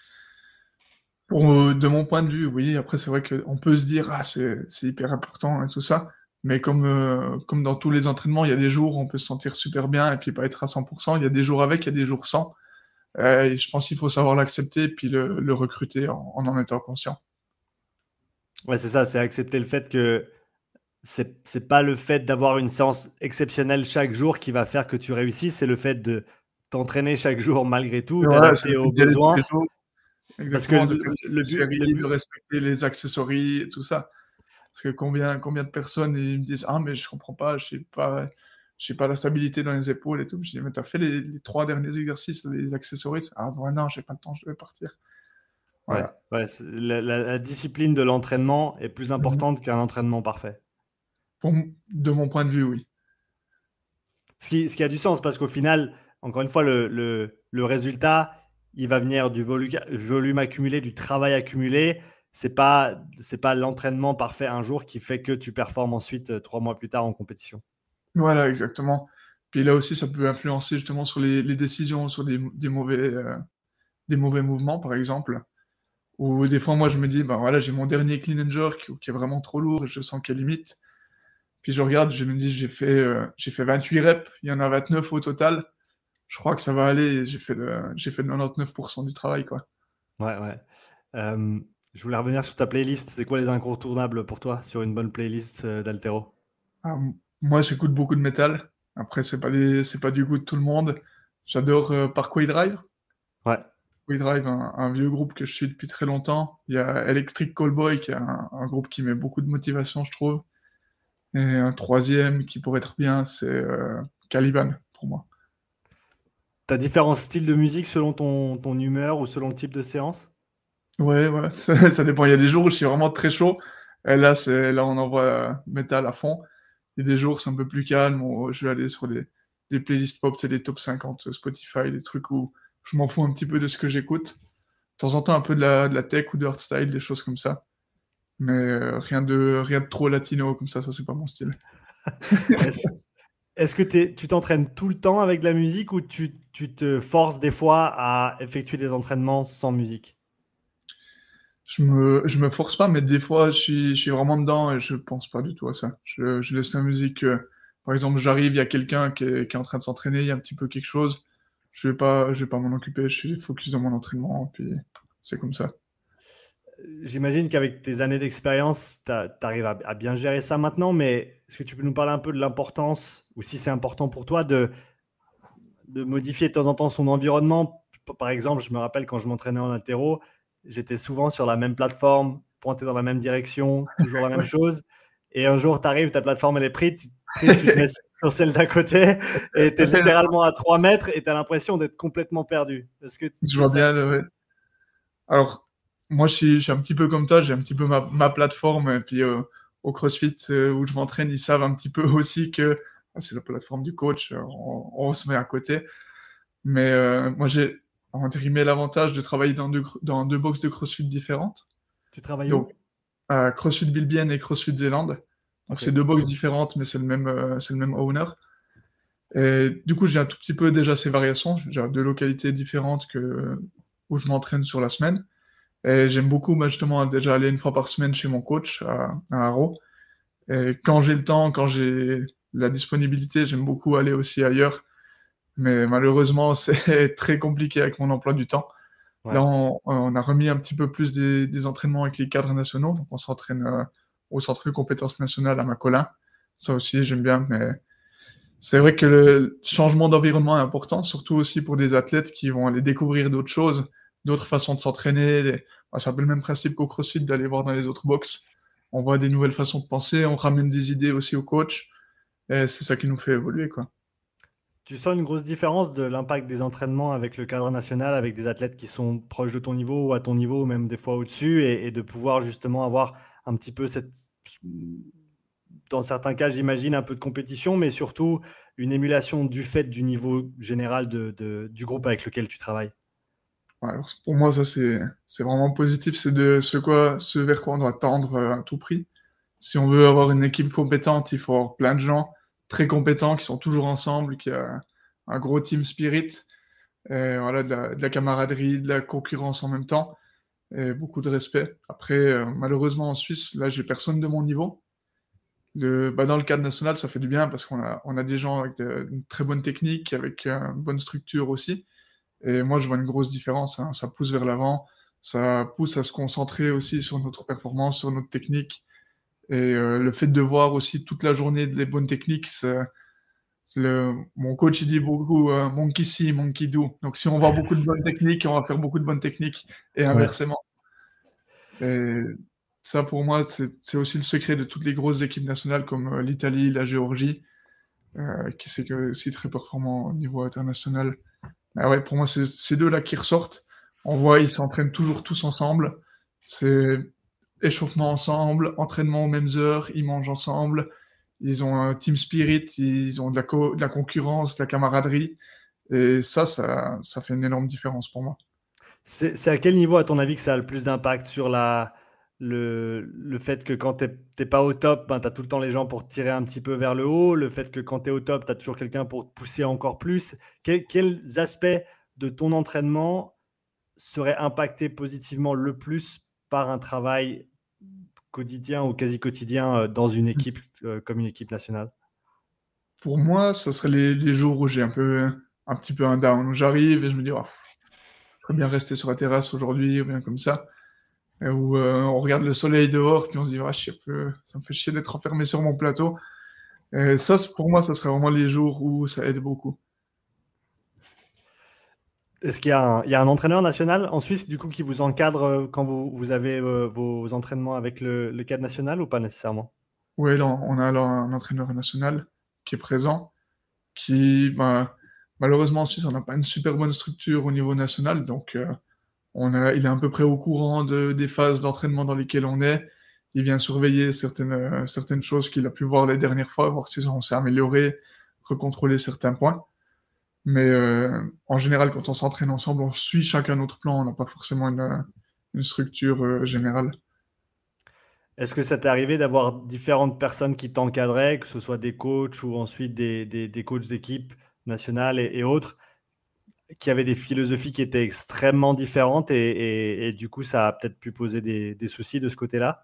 Pour, heu, de mon point de vue, oui, après c'est vrai qu'on peut se dire: «Ah c'est c'est hyper important et tout ça», mais comme, heu, comme dans tous les entraînements, il y a des jours où on peut se sentir super bien et puis pas être à cent pour cent. Il y a des jours avec, il y a des jours sans, heu et je pense qu'il faut savoir l'accepter puis le le recruter en en en étant conscient. Ouais, c'est ça, c'est accepter le fait que c'est c'est pas le fait d'avoir une séance exceptionnelle chaque jour qui va faire que tu réussis, c'est le fait de t'entraîner chaque jour malgré tout, Et voilà, c'est le d'adapter fait aux d'y aller tous besoins. les jours, Parce que exactement, de le faire le toutes les but le séries, de but respecter les accessories et tout ça. Parce que combien combien de personnes, ils me disent: «Ah mais je comprends pas, j'ai pas j'ai pas la stabilité dans les épaules et tout». Je dis: «Mais tu as fait les les trois derniers exercices, les accessories?» «Ah ouais, non, j'ai pas le temps, je devais partir». ouais, Voilà. ouais, c'est la la la discipline de l'entraînement est plus Mmh. importante qu'un entraînement parfait. Pour m De mon point de vue, oui. Ce qui ce qui a du sens parce qu'au final, encore une fois, le le le résultat, il va venir du voluca volume accumulé, du travail accumulé. C'est pas c'est pas l'entraînement parfait un jour qui fait que tu performes ensuite, heu, trois mois plus tard en compétition. Voilà, exactement. Puis là aussi, ça peut influencer justement sur les les décisions, sur des des mauvais, heu, des mauvais mouvements, par exemple. Ou des fois, moi, je me dis: «Ben voilà, j'ai mon dernier clean and jerk qui est vraiment trop lourd et je sens qu'il y a limite». Puis je regarde, je me dis: «J'ai fait, heu, j'ai fait vingt-huit reps, il y en a vingt-neuf au total. Je crois que ça va aller». J'ai fait le j'ai fait quatre-vingt-dix-neuf du travail, quoi. Ouais, ouais. Hem, je voulais revenir sur ta playlist. C'est quoi les incontournables pour toi sur une bonne playlist, heu, d'haltéro? Ah, m moi, j'écoute beaucoup de métal. Après, c'est pas des c'est pas du goût de tout le monde. J'adore, heu, Parkway Drive. Ouais. Parkway Drive, un un vieux groupe que je suis depuis très longtemps. Il y a Electric Callboy qui est un un groupe qui met beaucoup de motivation, je trouve. Et un troisième qui pourrait être bien, c'est, heu, Caliban pour moi. Tu as différents styles de musique selon ton ton humeur ou selon le type de séance? Ouais, ouais, ça ça dépend. Il y a des jours où je suis vraiment très chaud et là, c'est là, on envoie, heu, métal à fond. Il y a des jours, c'est un peu plus calme, où je vais aller sur des des playlists pop, tu sais, des top cinquante sur Spotify, des trucs où je m'en fous un petit peu de ce que j'écoute. De temps en temps, un peu de la de la tech ou de hardstyle, des choses comme ça. Mais, heu, rien de rien de trop latino comme ça, ça c'est pas mon style. Est-ce Est-ce que t'es- tu t'entraînes tout le temps avec de la musique ou tu, tu te forces des fois à effectuer des entraînements sans musique? Je me, je me force pas, mais des fois, je suis, je suis vraiment dedans et je pense pas du tout à ça. Je, je laisse la musique. euh, par exemple, j'arrive, il y a quelqu'un qui est, qui est en train de s'entraîner, il y a un petit peu quelque chose. Je vais pas, je vais pas m'en occuper. Je suis focus dans mon entraînement, puis c'est comme ça. J'imagine qu'avec tes années d'expérience, tu arrives à, à bien gérer ça maintenant, mais est-ce que tu peux nous parler un peu de l'importance, ou si c'est important pour toi, de, de modifier de temps en temps son environnement? Par exemple, je me rappelle quand je m'entraînais en haltéro, j'étais souvent sur la même plateforme, pointé dans la même direction, toujours la même Ouais. chose. Et un jour, tu arrives, ta plateforme elle est prise, tu, prise, tu te mets sur celle d'à côté et tu es littéralement à trois mètres et tu as l'impression d'être complètement perdu. Est-ce que Je c'est vois ça bien. aussi? Ouais. Alors, moi, je suis, je suis un petit peu comme toi. J'ai un petit peu ma, ma plateforme. Et puis, euh, au CrossFit euh, où je m'entraîne, ils savent un petit peu aussi que ah, c'est la plateforme du coach. euh, On, on se met à côté. Mais euh, moi, j'ai entre guillemets l'avantage de travailler dans deux, dans deux box de CrossFit différentes. Tu travailles Donc, où? à CrossFit Bilbien et CrossFit Zélande. Donc, Ok. c'est deux box différentes, mais c'est le même, euh, c'est le même owner. Et du coup, j'ai un tout petit peu déjà ces variations. J'ai deux localités différentes que, où je m'entraîne sur la semaine. Et j'aime beaucoup, bah, justement, déjà aller une fois par semaine chez mon coach à, à Haro. Et quand j'ai le temps, quand j'ai la disponibilité, j'aime beaucoup aller aussi ailleurs. Mais malheureusement, c'est très compliqué avec mon emploi du temps. Ouais. Là, on, on a remis un petit peu plus des, des entraînements avec les cadres nationaux. Donc, on s'entraîne euh, au centre de compétences nationales à Macolin. Ça aussi, j'aime bien. Mais c'est vrai que le changement d'environnement est important, surtout aussi pour des athlètes qui vont aller découvrir d'autres choses, d'autres façons de s'entraîner. Des- bah, c'est un peu le même principe qu'au CrossFit d'aller voir dans les autres box. On voit des nouvelles façons de penser, on ramène des idées aussi au coach. Et c'est ça qui nous fait évoluer, quoi. Tu sens une grosse différence de l'impact des entraînements avec le cadre national, avec des athlètes qui sont proches de ton niveau ou à ton niveau, ou même des fois au-dessus, et, et de pouvoir justement avoir un petit peu cette, dans certains cas, j'imagine, un peu de compétition, mais surtout une émulation du fait du niveau général de, de- du groupe avec lequel tu travailles. Ouais, alors, pour moi, ça, c'est, c'est vraiment positif. C'est de ce quoi, ce vers quoi on doit tendre euh, à tout prix. Si on veut avoir une équipe compétente, il faut avoir plein de gens très compétents qui sont toujours ensemble, qui a un gros team spirit, et voilà, de la, de la camaraderie, de la concurrence en même temps, et beaucoup de respect. Après, euh, malheureusement, en Suisse, là, j'ai personne de mon niveau. Le, bah, dans le cadre national, ça fait du bien parce qu'on a, on a des gens avec de, une très bonne technique, avec euh, une bonne structure aussi. Et moi, je vois une grosse différence, hein. Ça pousse vers l'avant, ça pousse à se concentrer aussi sur notre performance, sur notre technique. Et euh, le fait de voir aussi toute la journée les bonnes techniques, c'est, c'est le... mon coach il dit beaucoup euh, monkey see, monkey do. Donc si on voit beaucoup de bonnes techniques, on va faire beaucoup de bonnes techniques et Ouais. inversement. Et ça, pour moi, c'est c'est aussi le secret de toutes les grosses équipes nationales comme euh, l'Italie, la Géorgie, euh, qui c'est que aussi très performant au niveau international. Ah ouais, pour moi, c'est ces deux-là qui ressortent. On voit, ils s'entraînent toujours tous ensemble. C'est échauffement ensemble, entraînement aux mêmes heures, ils mangent ensemble. Ils ont un team spirit, ils ont de la, co- de la concurrence, de la camaraderie. Et ça, ça, ça fait une énorme différence pour moi. C'est c'est à quel niveau, à ton avis, que ça a le plus d'impact sur la, le, le fait que quand tu n'es pas au top, ben, tu as tout le temps les gens pour te tirer un petit peu vers le haut, le fait que quand tu es au top, tu as toujours quelqu'un pour te pousser encore plus. Quel- quels aspects de ton entraînement seraient impactés positivement le plus par un travail quotidien ou quasi quotidien euh, dans une équipe euh, comme une équipe nationale? Pour moi, ça serait les, les jours où j'ai un peu, un petit peu un down, où j'arrive et je me dis, oh, je pourrais bien rester sur la terrasse aujourd'hui, ou bien comme ça. Et où euh, on regarde le soleil dehors, puis on se dit, ah, je sais peu, ça me fait chier d'être enfermé sur mon plateau. Et ça, c'est- pour moi, ça serait vraiment les jours où ça aide beaucoup. Est-ce qu'il y a un, il y a un entraîneur national en Suisse, du coup, qui vous encadre euh, quand vous, vous avez euh, vos entraînements avec le, le cadre national ou pas nécessairement? Ouais, là, on a là un entraîneur national qui est présent, qui, bah, malheureusement en Suisse, on n'a pas une super bonne structure au niveau national, donc euh, on a, il est à peu près au courant de, des phases d'entraînement dans lesquelles on est. Il vient surveiller certaines, euh, certaines choses qu'il a pu voir les dernières fois, voir si on s'est amélioré, recontrôler certains points. Mais euh, en général, quand on s'entraîne ensemble, on suit chacun notre plan, on n'a pas forcément une, une structure euh, générale. Est-ce que ça t'est arrivé d'avoir différentes personnes qui t'encadraient, que ce soit des coachs ou ensuite des, des, des coachs d'équipe nationale et, et autres, qui avaient des philosophies qui étaient extrêmement différentes et, et, et du coup, ça a peut-être pu poser des, des soucis de ce côté-là?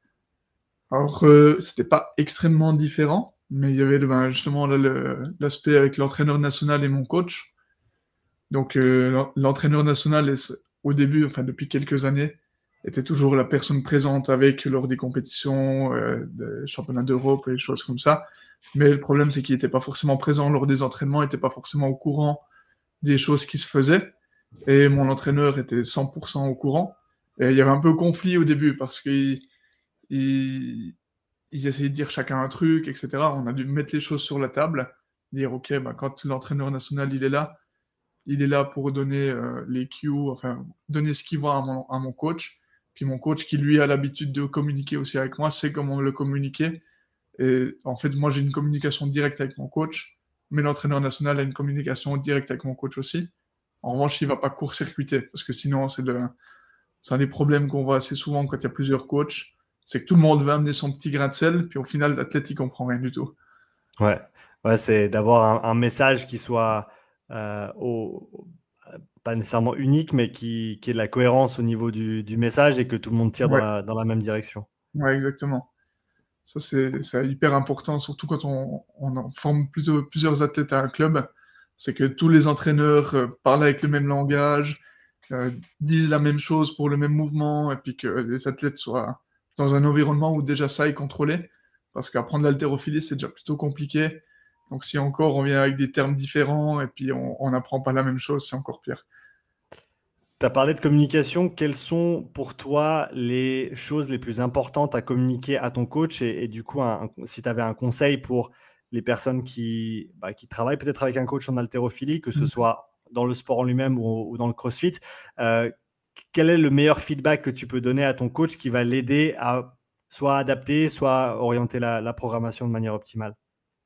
Alors, euh, c'était pas extrêmement différent, mais il y avait ben, justement là, le- l'aspect avec l'entraîneur national et mon coach. Donc, euh, l'en- l'entraîneur national, est- au début, enfin depuis quelques années, était toujours la personne présente avec lors des compétitions, euh, des championnats d'Europe et des choses comme ça. Mais le problème, c'est qu'il n'était pas forcément présent lors des entraînements, il n'était pas forcément au courant des choses qui se faisaient. Et mon entraîneur était cent pour cent au courant. Et il y avait un peu conflit au début parce qu'il il- ils essayaient de dire chacun un truc, et cetera. On a dû mettre les choses sur la table, dire ok, bah, quand l'entraîneur national il est là, il est là pour donner euh, les cues, enfin donner ce qu'il voit à mon, à mon coach. Puis mon coach qui lui a l'habitude de communiquer aussi avec moi, sait comment le communiquer. Et en fait, moi j'ai une communication directe avec mon coach, mais l'entraîneur national a une communication directe avec mon coach aussi. En revanche, il ne va pas court-circuiter, parce que sinon, c'est le, c'est un des problèmes qu'on voit assez souvent quand il y a plusieurs coachs, c'est que tout le monde veut amener son petit grain de sel, puis au final, l'athlète, il comprend rien du tout. Ouais, ouais, c'est d'avoir un, un message qui soit euh, au- pas nécessairement unique, mais qui, qui ait de la cohérence au niveau du, du message et que tout le monde tire dans Ouais, la, dans la même direction. ouais, exactement. Ça, c'est c'est hyper important, surtout quand on, on en forme plutôt, plusieurs athlètes à un club. C'est que tous les entraîneurs euh, parlent avec le même langage, euh, disent la même chose pour le même mouvement, et puis que les athlètes soient dans un environnement où déjà ça est contrôlé. Parce qu'apprendre l'haltérophilie, c'est déjà plutôt compliqué. Donc si encore on vient avec des termes différents et puis on n'apprend pas la même chose, c'est encore pire. Tu as parlé de communication. Quelles sont pour toi les choses les plus importantes à communiquer à ton coach? Et, et du coup, un- un- si tu avais un conseil pour les personnes qui, bah, qui travaillent peut-être avec un coach en haltérophilie, que ce Mhm. soit dans le sport en lui-même ou, ou dans le CrossFit, euh, quel est le meilleur feedback que tu peux donner à ton coach qui va l'aider à soit adapter, soit orienter la, la programmation de manière optimale?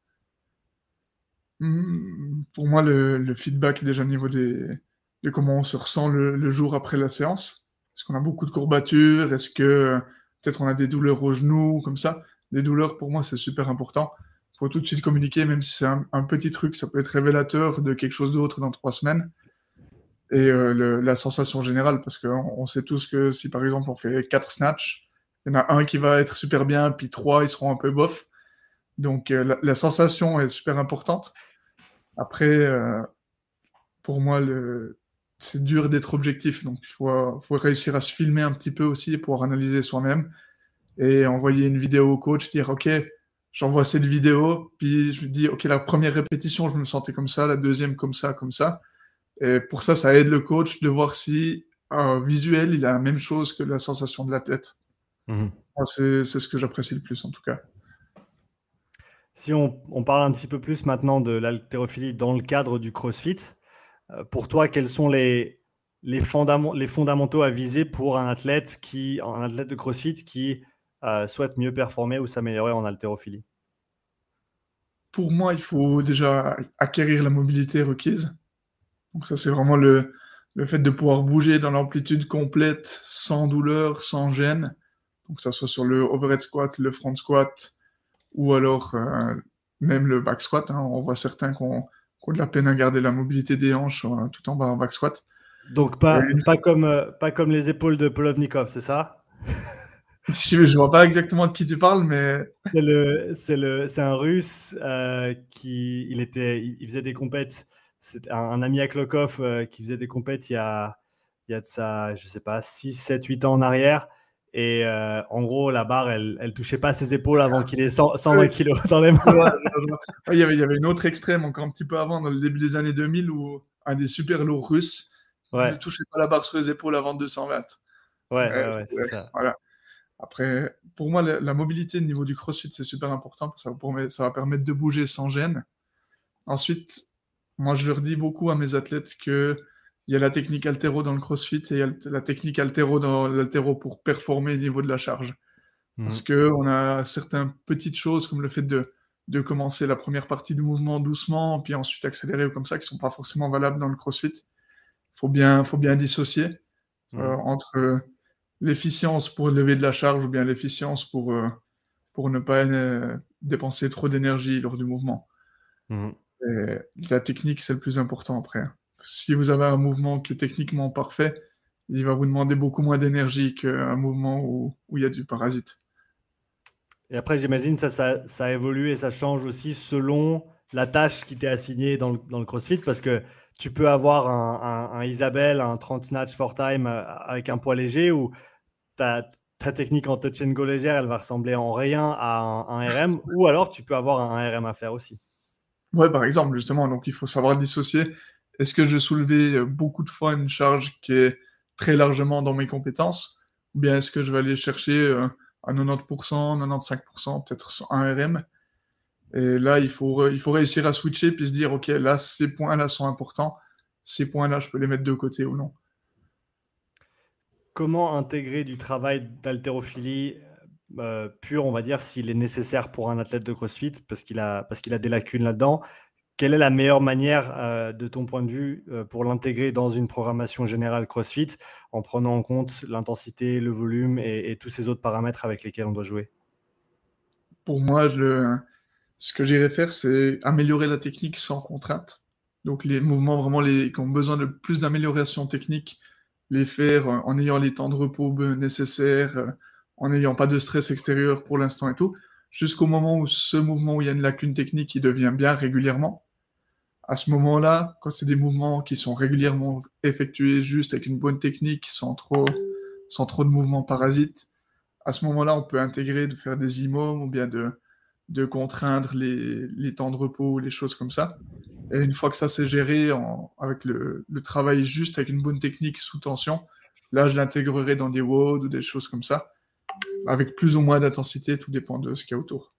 Hmm, Pour moi, le, le feedback est déjà au niveau des, de comment on se ressent le, le jour après la séance. Est-ce qu'on a beaucoup de courbatures? Est-ce que euh, peut-être on a des douleurs aux genoux, comme ça? Des douleurs, pour moi, c'est super important. Il faut tout de suite communiquer, même si c'est un, un petit truc, ça peut être révélateur de quelque chose d'autre dans trois semaines. Et euh, le- la sensation générale, parce qu'on on sait tous que si par exemple on fait quatre snatchs, il y en a un qui va être super bien, puis trois, ils seront un peu bof. Donc euh, la, la sensation est super importante. Après, euh, pour moi, le... c'est dur d'être objectif. Donc, il faut, faut réussir à se filmer un petit peu aussi pour analyser soi-même et envoyer une vidéo au coach, dire OK, j'envoie cette vidéo, puis je lui dis OK, la première répétition, je me sentais comme ça, la deuxième comme ça, comme ça. Et pour ça, ça aide le coach de voir si euh, visuel, il a la même chose que la sensation de la tête. Mhm. Moi, c'est c'est ce que j'apprécie le plus en tout cas. Si on, on parle un petit peu plus maintenant de l'haltérophilie dans le cadre du CrossFit, euh, pour toi, quels sont les, les, fondam- les fondamentaux à viser pour un athlète, qui, un athlète de CrossFit qui euh, souhaite mieux performer ou s'améliorer en haltérophilie? Pour moi, il faut déjà acquérir la mobilité requise. Donc ça, c'est vraiment le, le fait de pouvoir bouger dans l'amplitude complète, sans douleur, sans gêne. Donc que ça soit sur le overhead squat, le front squat, ou alors euh, même le back squat, hein. On voit certains qui ont, qui ont de la peine à garder la mobilité des hanches euh, tout en bas en back squat. Donc, Et pas, une pas, comme, euh, pas comme les épaules de Polovnikov, c'est ça? je, je vois pas exactement de qui tu parles, mais C'est le, c'est le, c'est un Russe euh, qui, il était, il, il faisait des compètes. C'est un, un ami à Klokov euh, qui faisait des compètes il y a, il y a de ça, je sais pas, six, sept, huit ans en arrière. Et euh, en gros, la barre, elle, elle touchait pas ses épaules avant qu'il ait cent, cent vingt oui, kilos dans les mains. je vois, je vois, je vois. Ouais, il y avait, il y avait une autre extrême encore un petit peu avant, dans le début des années deux mille, où un des super lourds russes ne Ouais, touchait pas la barre sur les épaules avant deux cent vingt. ouais, Ouais, ouais, ouais, c'est ouais, ça. voilà. Après, pour moi, la, la mobilité au niveau du CrossFit, c'est super important parce que ça, pour moi, ça va permettre de bouger sans gêne. Ensuite, moi, je leur dis beaucoup à mes athlètes que il y a la technique haltéro dans le CrossFit et il y a la technique haltéro dans l'haltéro pour performer au niveau de la charge. Parce Mhm. que on a certaines petites choses comme le fait de, de commencer la première partie du mouvement doucement, puis ensuite accélérer ou comme ça, qui sont pas forcément valables dans le CrossFit. Faut bien, faut bien dissocier euh, Mhm. entre l'efficience pour lever de la charge ou bien l'efficience pour, euh, pour ne pas euh, dépenser trop d'énergie lors du mouvement. Mhm. Et la technique, c'est le plus important après. Si vous avez un mouvement qui est techniquement parfait, il va vous demander beaucoup moins d'énergie qu'un mouvement où, où il y a du parasite. Et après, j'imagine ça, ça, ça évolue et ça change aussi selon la tâche qui t'est assignée dans le, dans le CrossFit, parce que tu peux avoir un, un- un Isabelle, un trente snatch four time euh, avec un poids léger, où ta, ta technique en touch and go légère, elle va ressembler en rien à un, un R M, ou alors tu peux avoir un R M à faire aussi. Ouais, par exemple, justement, donc il faut savoir dissocier. Est-ce que je soulevais euh, beaucoup de fois une charge qui est très largement dans mes compétences? Ou bien est-ce que je vais aller chercher euh, à quatre-vingt-dix pour cent, quatre-vingt-quinze pour cent, peut-être un R M? Et là, il faut, il faut réussir à switcher puis se dire, OK, là, ces points-là sont importants. Ces points-là, je peux les mettre de côté ou non. Comment intégrer du travail d'haltérophilie euh, pur, on va dire, s'il est nécessaire pour un athlète de CrossFit, parce qu'il a, parce qu'il a des lacunes là-dedans? Quelle est la meilleure manière, euh, de ton point de vue, euh, pour l'intégrer dans une programmation générale CrossFit, en prenant en compte l'intensité, le volume et, et tous ces autres paramètres avec lesquels on doit jouer? Pour moi, je, ce que j'irais faire, c'est améliorer la technique sans contrainte. Donc les mouvements vraiment les, qui ont besoin de plus d'amélioration technique, les faire euh, en ayant les temps de repos be- nécessaires, euh, en n'ayant pas de stress extérieur pour l'instant et tout, jusqu'au moment où ce mouvement où il y a une lacune technique qui devient bien régulièrement. À ce moment-là, quand c'est des mouvements qui sont régulièrement effectués juste avec une bonne technique, sans trop, sans trop de mouvements parasites, à ce moment-là, on peut intégrer de faire des I M O M ou bien de, de contraindre les, les temps de repos, les choses comme ça. Et une fois que ça c'est géré en, avec le, le travail juste avec une bonne technique sous tension, là je l'intégrerai dans des W O D ou des choses comme ça, avec plus ou moins d'intensité, tout dépend de ce qu'il y a autour.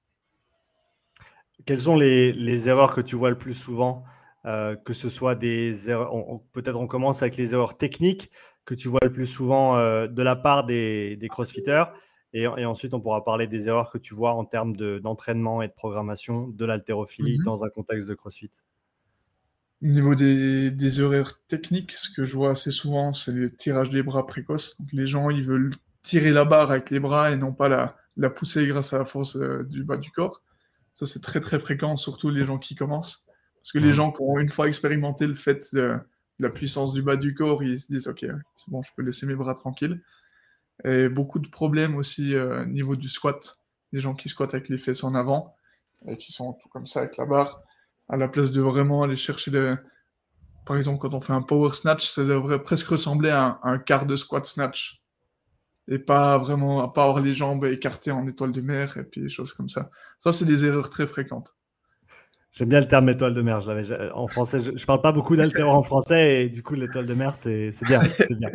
Quelles sont les, les erreurs que tu vois le plus souvent, euh, que ce soit des erreurs, on- on- peut-être on commence avec les erreurs techniques que tu vois le plus souvent euh, de la part des, des crossfitters, et, et ensuite on pourra parler des erreurs que tu vois en termes de- d'entraînement et de programmation de l'haltérophilie Mhm. dans un contexte de CrossFit. Au niveau des, des erreurs techniques, ce que je vois assez souvent, c'est le tirage des bras précoce. Donc les gens, ils veulent tirer la barre avec les bras et non pas la, la pousser grâce à la force euh, du bas du corps. Ça, c'est très très fréquent, surtout les gens qui commencent. Parce que les Mhm. gens qui ont une fois expérimenté le fait de, de la puissance du bas du corps, ils se disent, OK, c'est bon, je peux laisser mes bras tranquilles. Et beaucoup de problèmes aussi euh, au niveau du squat. Les gens qui squattent avec les fesses en avant et qui sont tout comme ça avec la barre, à la place de vraiment aller chercher le, par exemple, quand on fait un power snatch, ça devrait presque ressembler à un, à un quart de squat snatch. Et pas vraiment, à pas avoir les jambes écartées en étoile de mer et puis des choses comme ça. Ça, c'est des erreurs très fréquentes. J'aime bien le terme étoile de mer. Je l'avais- en français, je ne parle pas beaucoup d'haltéro en français, et du coup l'étoile de mer, c'est c'est bien, c'est bien.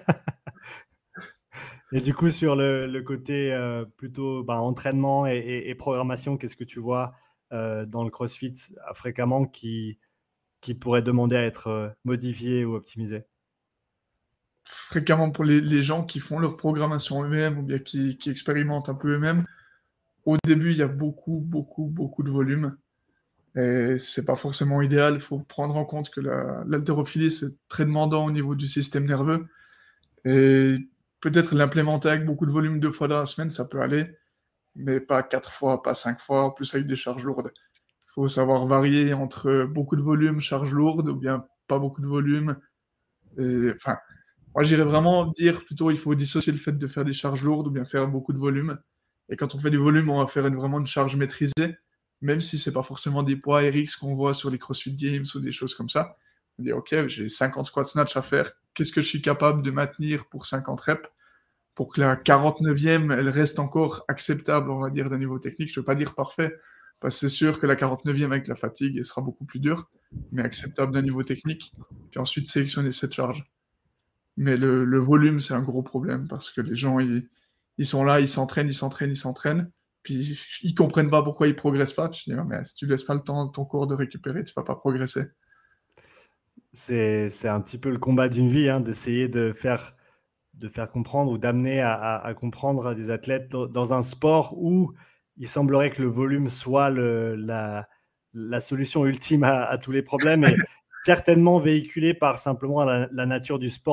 Et du coup, sur le, le côté euh, plutôt bah, entraînement et, et- et programmation, qu'est-ce que tu vois euh, dans le CrossFit euh, fréquemment qui, qui pourrait demander à être euh, modifié ou optimisé? Fréquemment pour les, les gens qui font leur programmation eux-mêmes ou bien qui, qui expérimentent un peu eux-mêmes, au début, il y a beaucoup, beaucoup, beaucoup de volume. Et c'est pas forcément idéal. Il faut prendre en compte que la- l'haltérophilie, c'est très demandant au niveau du système nerveux. Et peut-être l'implémenter avec beaucoup de volume deux fois dans la semaine, ça peut aller, mais pas quatre fois, pas cinq fois, en plus avec des charges lourdes. Il faut savoir varier entre beaucoup de volume, charges lourdes, ou bien pas beaucoup de volume. Et, enfin, moi, j'irais vraiment dire plutôt il faut dissocier le fait de faire des charges lourdes ou bien faire beaucoup de volume. Et quand on fait du volume, on va faire une, vraiment une charge maîtrisée, même si c'est pas forcément des poids R X qu'on voit sur les CrossFit Games ou des choses comme ça. On dit, OK, j'ai cinquante squats snatch à faire. Qu'est-ce que je suis capable de maintenir pour cinquante reps pour que la quarante-neuvième, elle reste encore acceptable, on va dire, d'un niveau technique. Je ne veux pas dire parfait, parce que c'est sûr que la quarante-neuvième, avec la fatigue, elle sera beaucoup plus dure, mais acceptable d'un niveau technique. Puis ensuite, sélectionner cette charge. Mais le, le volume, c'est un gros problème, parce que les gens, ils, ils sont là, ils s'entraînent, ils s'entraînent, ils s'entraînent, puis ils comprennent pas pourquoi ils progressent pas. Je dis, ah, mais si tu laisses pas le temps ton corps de récupérer, tu vas pas progresser. C'est, c'est un petit peu le combat d'une vie, hein, d'essayer de faire, de faire comprendre ou d'amener à, à- à comprendre à des athlètes dans, dans un sport où il semblerait que le volume soit le- la, la solution ultime à, à tous les problèmes, et certainement véhiculé par simplement la, la nature du sport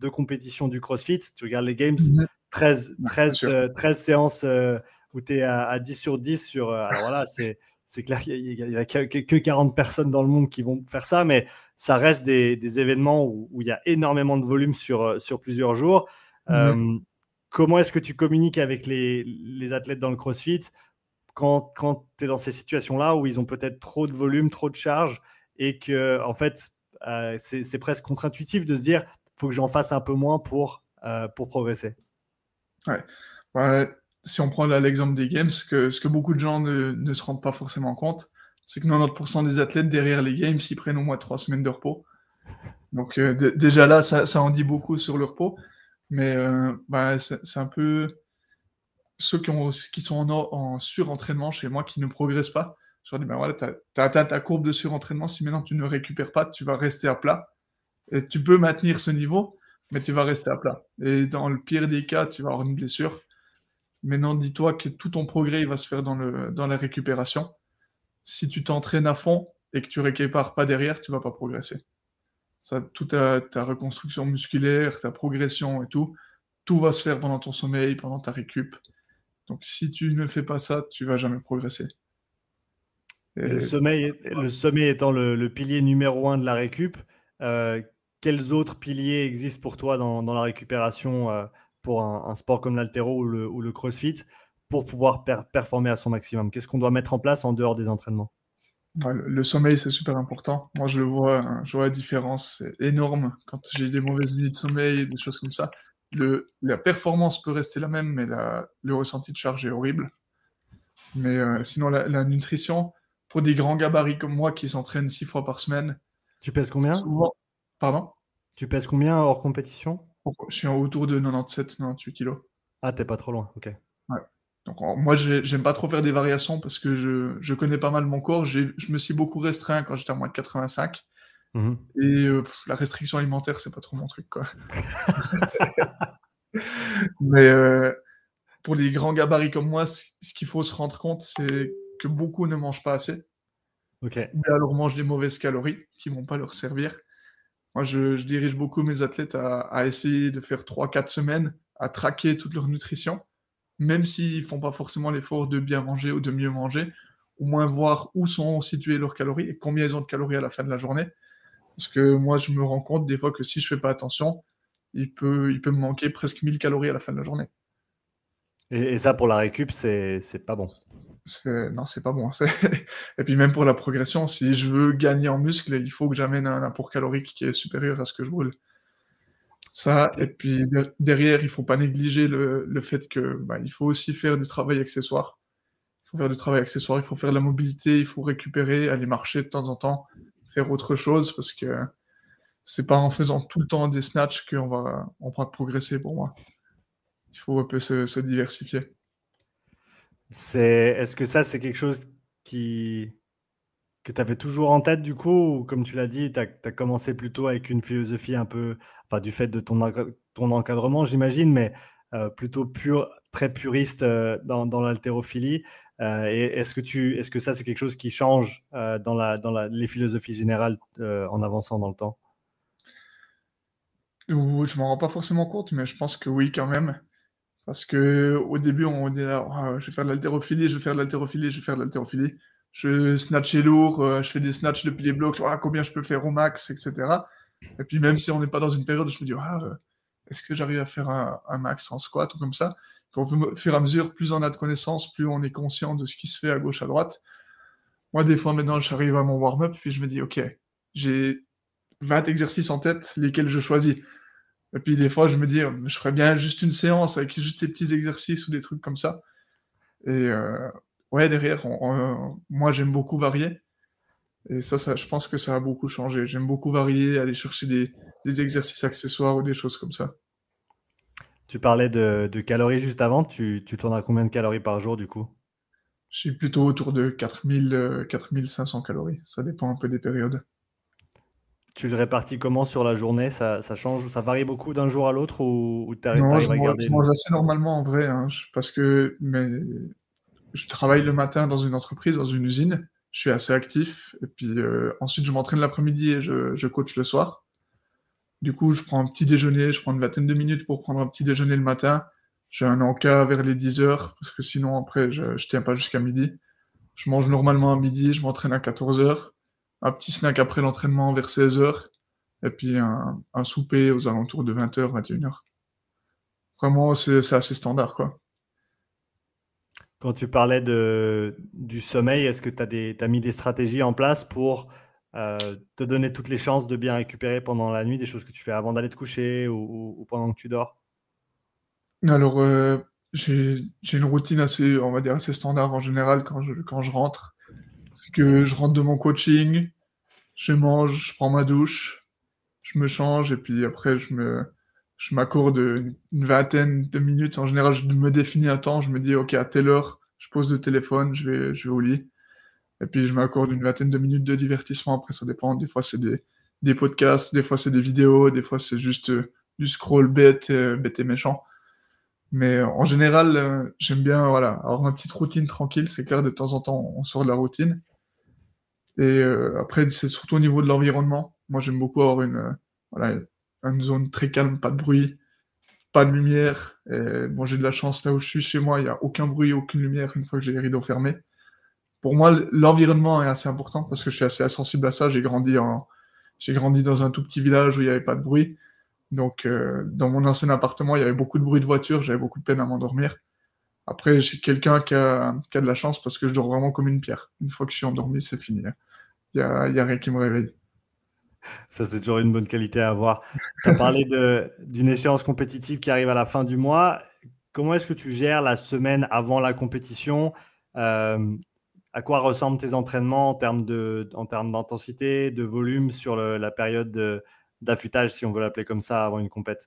de compétition du CrossFit, tu regardes les Games, Mmh. treize, Ouais, bien treize, sûr. euh, treize séances euh, où tu es à, à dix sur dix sur. euh, alors voilà, c'est, c'est clair qu'il n'y a, a que, que quarante personnes dans le monde qui vont faire ça, mais ça reste des, des événements où, où il y a énormément de volume sur, sur plusieurs jours. Mmh. Euh, comment est-ce que tu communiques avec les, les athlètes dans le CrossFit quand, quand tu es dans ces situations-là où ils ont peut-être trop de volume, trop de charge et que, en fait, euh, c'est, c'est presque contre-intuitif de se dire il faut que j'en fasse un peu moins pour, euh, pour progresser. Ouais. Ouais, si on prend là l'exemple des Games, ce que, ce que beaucoup de gens ne, ne se rendent pas forcément compte, c'est que quatre-vingt-dix pour cent des athlètes derrière les Games, ils prennent au moins trois semaines de repos. Donc euh, d- déjà là, ça, ça en dit beaucoup sur le repos. Mais euh, bah, c'est c'est un peu ceux qui, ont, qui sont en, or- en surentraînement chez moi qui ne progressent pas. Je leur dis, ben voilà, tu as atteint ta courbe de surentraînement. Si maintenant tu ne récupères pas, tu vas rester à plat. Et tu peux maintenir ce niveau, mais tu vas rester à plat. Et dans le pire des cas, tu vas avoir une blessure. Maintenant, dis-toi que tout ton progrès, il va se faire dans le dans la récupération. Si tu t'entraînes à fond et que tu récupères pas derrière, tu vas pas progresser. Ça, toute ta ta reconstruction musculaire, ta progression et tout, tout va se faire pendant ton sommeil, pendant ta récup. Donc si tu ne fais pas ça, tu vas jamais progresser. Le Et sommeil, le sommeil étant le, le pilier numéro un de la récup, euh, quels autres piliers existent pour toi dans, dans la récupération euh, pour un, un sport comme l'haltéro ou le, ou le crossfit pour pouvoir per- performer à son maximum? Qu'est-ce qu'on doit mettre en place en dehors des entraînements? ouais, le le sommeil, c'est super important. Moi, je le vois, hein, je vois la différence, c'est énorme quand j'ai des mauvaises nuits de sommeil, des choses comme ça. Le la performance peut rester la même, mais la le ressenti de charge est horrible. Mais heu, sinon la la nutrition, pour des grands gabarits comme moi qui s'entraînent six fois par semaine, Tu pèses c'est combien? souvent pardon? Tu pèses combien hors compétition? Je suis autour de quatre-vingt-dix-sept quatre-vingt-huit kilogrammes. Ah, t'es pas trop loin, ok. Ouais. Donc en moi, j'ai j'aime pas trop faire des variations parce que je je connais pas mal mon corps. J'ai je me suis beaucoup restreint quand j'étais à moins de quatre-vingt-cinq Mhm. et heu, la restriction alimentaire, c'est pas trop mon truc, quoi. Mais heu, pour les grands gabarits comme moi, ce ce qu'il faut se rendre compte, c'est que beaucoup ne mangent pas assez Ok. ou alors mangent des mauvaises calories qui vont pas leur servir. Moi, je je dirige beaucoup mes athlètes à à essayer de faire trois quatre semaines à traquer toute leur nutrition, même s'ils font pas forcément l'effort de bien manger ou de mieux manger, au moins voir où sont situées leurs calories et combien ils ont de calories à la fin de la journée. Parce que moi, je me rends compte des fois que si je fais pas attention, il peut il peut me manquer presque mille calories à la fin de la journée. Et, et ça, pour la récup, c'est, c'est pas bon. C'est non, c'est pas bon, c'est et puis même pour la progression, si je veux gagner en muscle, il faut que j'amène un apport calorique qui est supérieur à ce que je brûle. Ça et T'es- puis der derrière, il faut pas négliger le le fait que, bah, il faut aussi faire du travail accessoire. Il faut faire du travail accessoire, il faut faire de la mobilité, il faut récupérer, aller marcher de temps en temps, faire autre chose parce que c'est pas en faisant tout le temps des snatchs qu'on va on va progresser pour moi. Il faut un peu se se diversifier. c'est, est-ce que ça, c'est quelque chose qui, que tu avais toujours en tête du coup, ou comme tu l'as dit, tu as commencé plutôt avec une philosophie un peu, enfin du fait de ton, encad- ton encadrement, j'imagine, mais euh, plutôt pur, très puriste euh, dans, dans l'haltérophilie. Euh, et est-ce que tu, est-ce que ça, c'est quelque chose qui change euh, dans la, dans la, les philosophies générales euh, en avançant dans le temps? Ou je m'en rends pas forcément compte, mais je pense que oui quand même. Parce qu'au début, on dit là: «Ah, je vais faire de l'haltérophilie, je vais faire de l'haltérophilie, je vais faire de l'haltérophilie». Je snatchais lourd, heu, je fais des snatchs depuis les blocs, ah, combien je peux faire au max et cetera. Et puis même si on n'est pas dans une période, je me dis: «Ah, heu, est-ce que j'arrive à faire un un max en squat ou comme ça?» Puis au fur fur et à mesure, plus on a de connaissances, plus on est conscient de ce qui se fait à gauche, à droite. Moi, des fois, maintenant, j'arrive à mon warm-up, puis je me dis: «OK, j'ai vingt exercices en tête, lesquels je choisis?» Et puis des fois, je me dis, heu: «Je ferais bien juste une séance avec juste ces petits exercices ou des trucs comme ça». Et heu, ouais, derrière, on on moi, j'aime beaucoup varier et ça ça je pense que ça a beaucoup changé. J'aime beaucoup varier, aller chercher des des exercices accessoires ou des choses comme ça. Tu parlais de, de calories juste avant, tu, tu tournes à combien de calories par jour du coup? Je suis plutôt autour de quatre mille, heu, quatre mille cinq cents calories. Ça dépend un peu des périodes. Tu le répartis comment sur la journée? Ça, ça change, ça varie beaucoup d'un jour à l'autre ou, ou tu Non, je arrives à mange garder je une... mange assez normalement en vrai, hein, je parce que mais je travaille le matin dans une entreprise, dans une usine. Je suis assez actif et puis, heu, ensuite je m'entraîne l'après-midi et je je coach le soir. Du coup, je prends un petit déjeuner, je prends une vingtaine de minutes pour prendre un petit déjeuner le matin. J'ai un encas vers les dix heures parce que sinon après je je tiens pas jusqu'à midi. Je mange normalement à midi, je m'entraîne à quatorze heures. Un petit snack après l'entraînement vers seize heures et puis un un souper aux alentours de vingt heures, vingt et une heures. Vraiment, c'est c'est assez standard, quoi. Quand tu parlais de du sommeil, est-ce que tu as des tu mis des stratégies en place pour, heu, te donner toutes les chances de bien récupérer pendant la nuit, des choses que tu fais avant d'aller te coucher ou ou ou pendant que tu dors? Alors, heu, j'ai j'ai une routine assez, on va dire, assez standard en général quand je quand je rentre. C'est que je rentre de mon coaching, je mange, je prends ma douche, je me change et puis après je me je m'accorde, heu, une vingtaine de minutes. En général, je me définis un temps, je me dis: «OK, à telle heure, je pose le téléphone, je vais je vais au lit» et puis je m'accorde une vingtaine de minutes de divertissement. Après ça dépend, des fois c'est des des podcasts, des fois c'est des vidéos, des fois c'est juste, heu, du scroll bête, heu, bête et méchant. Mais euh, en général, heu, j'aime bien, voilà, avoir ma petite routine tranquille. C'est clair, de temps en temps, on sort de la routine et heu, après, c'est surtout au niveau de l'environnement. Moi, j'aime beaucoup avoir une, heu, voilà, une zone très calme, pas de bruit, pas de lumière et bon, j'ai de la chance là où je suis chez moi, il y a aucun bruit, aucune lumière une fois que j'ai les rideaux fermés. Pour moi, l l'environnement est assez important parce que je suis assez sensible à ça. J'ai grandi en j'ai grandi dans un tout petit village où il y avait pas de bruit. Donc heu, dans mon ancien appartement, il y avait beaucoup de bruit de voiture, j'avais beaucoup de peine à m'endormir. Après, je suis quelqu'un qui a qui a de la chance parce que je dors vraiment comme une pierre. Une fois que je suis endormi, c'est fini, hein. Il y a il y a rien qui me réveille. Ça, c'est toujours une bonne qualité à avoir. Tu as parlé de d'une échéance compétitive qui arrive à la fin du mois. Comment est-ce que tu gères la semaine avant la compétition? Hem, à quoi ressemblent tes entraînements en termes de en termes d'intensité, de volume sur le la période de d'affûtage, si on veut l'appeler comme ça, avant une compète?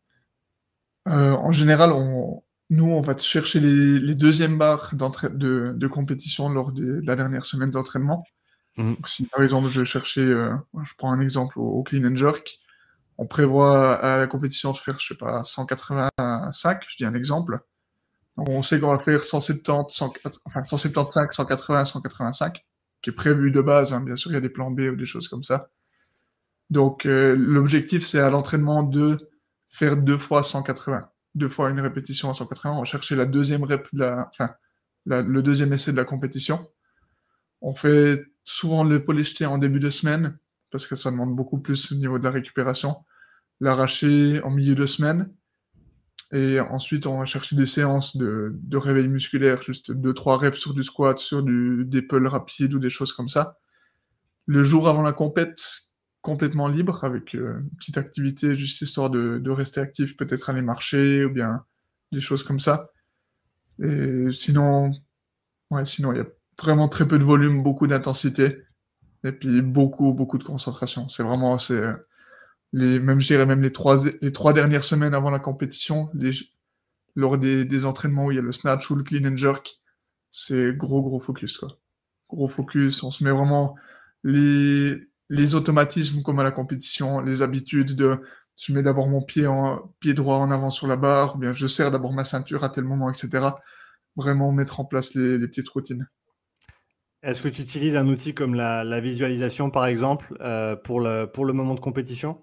Heu, en général, on nous, on va chercher les les deuxièmes barres d'entrain de de compétition lors des de la dernière semaine d'entraînement. Mmh. Donc si, par exemple, je vais chercher, heu, je prends un exemple au au clean and jerk, on prévoit à la compétition de faire, je sais pas, cent quatre-vingt-cinq, je dis un exemple. Donc on sait qu'on va faire cent septante, cent quat enfin cent septante-cinq, cent quatre-vingts, cent quatre-vingt-cinq, qui est prévu de base, hein. Bien sûr, il y a des plans B ou des choses comme ça. Donc heu, l'objectif, c'est à l'entraînement de faire deux fois cent quatre-vingts, deux fois une répétition à cent quatre-vingts. On va chercher la deuxième rep de la enfin, la le deuxième essai de la compétition. On fait souvent l'épaulé jeté en début de semaine, parce que ça demande beaucoup plus au niveau de la récupération. L'arraché en milieu de semaine et ensuite on va chercher des séances de de réveil musculaire, juste deux trois reps sur du squat, sur du des pulls rapides ou des choses comme ça. Le jour avant la compète, complètement libre avec, heu, une petite activité juste histoire de de rester actif, peut-être aller marcher ou bien des choses comme ça et sinon, ouais, sinon il y a vraiment très peu de volume, beaucoup d'intensité et puis beaucoup, beaucoup de concentration. C'est vraiment c'est, heu, les même je dirais même les trois les trois dernières semaines avant la compétition, les j lors des des entraînements où il y a le snatch ou le clean and jerk, c'est gros, gros focus, quoi. Gros focus, on se met vraiment les les automatismes comme à la compétition, les habitudes de je mets d'abord mon pied en pied droit en avant sur la barre, ou bien je serre d'abord ma ceinture à tel moment et cetera. Vraiment mettre en place les les petites routines. Est-ce que tu utilises un outil comme la la visualisation, par exemple, heu, pour le pour le moment de compétition?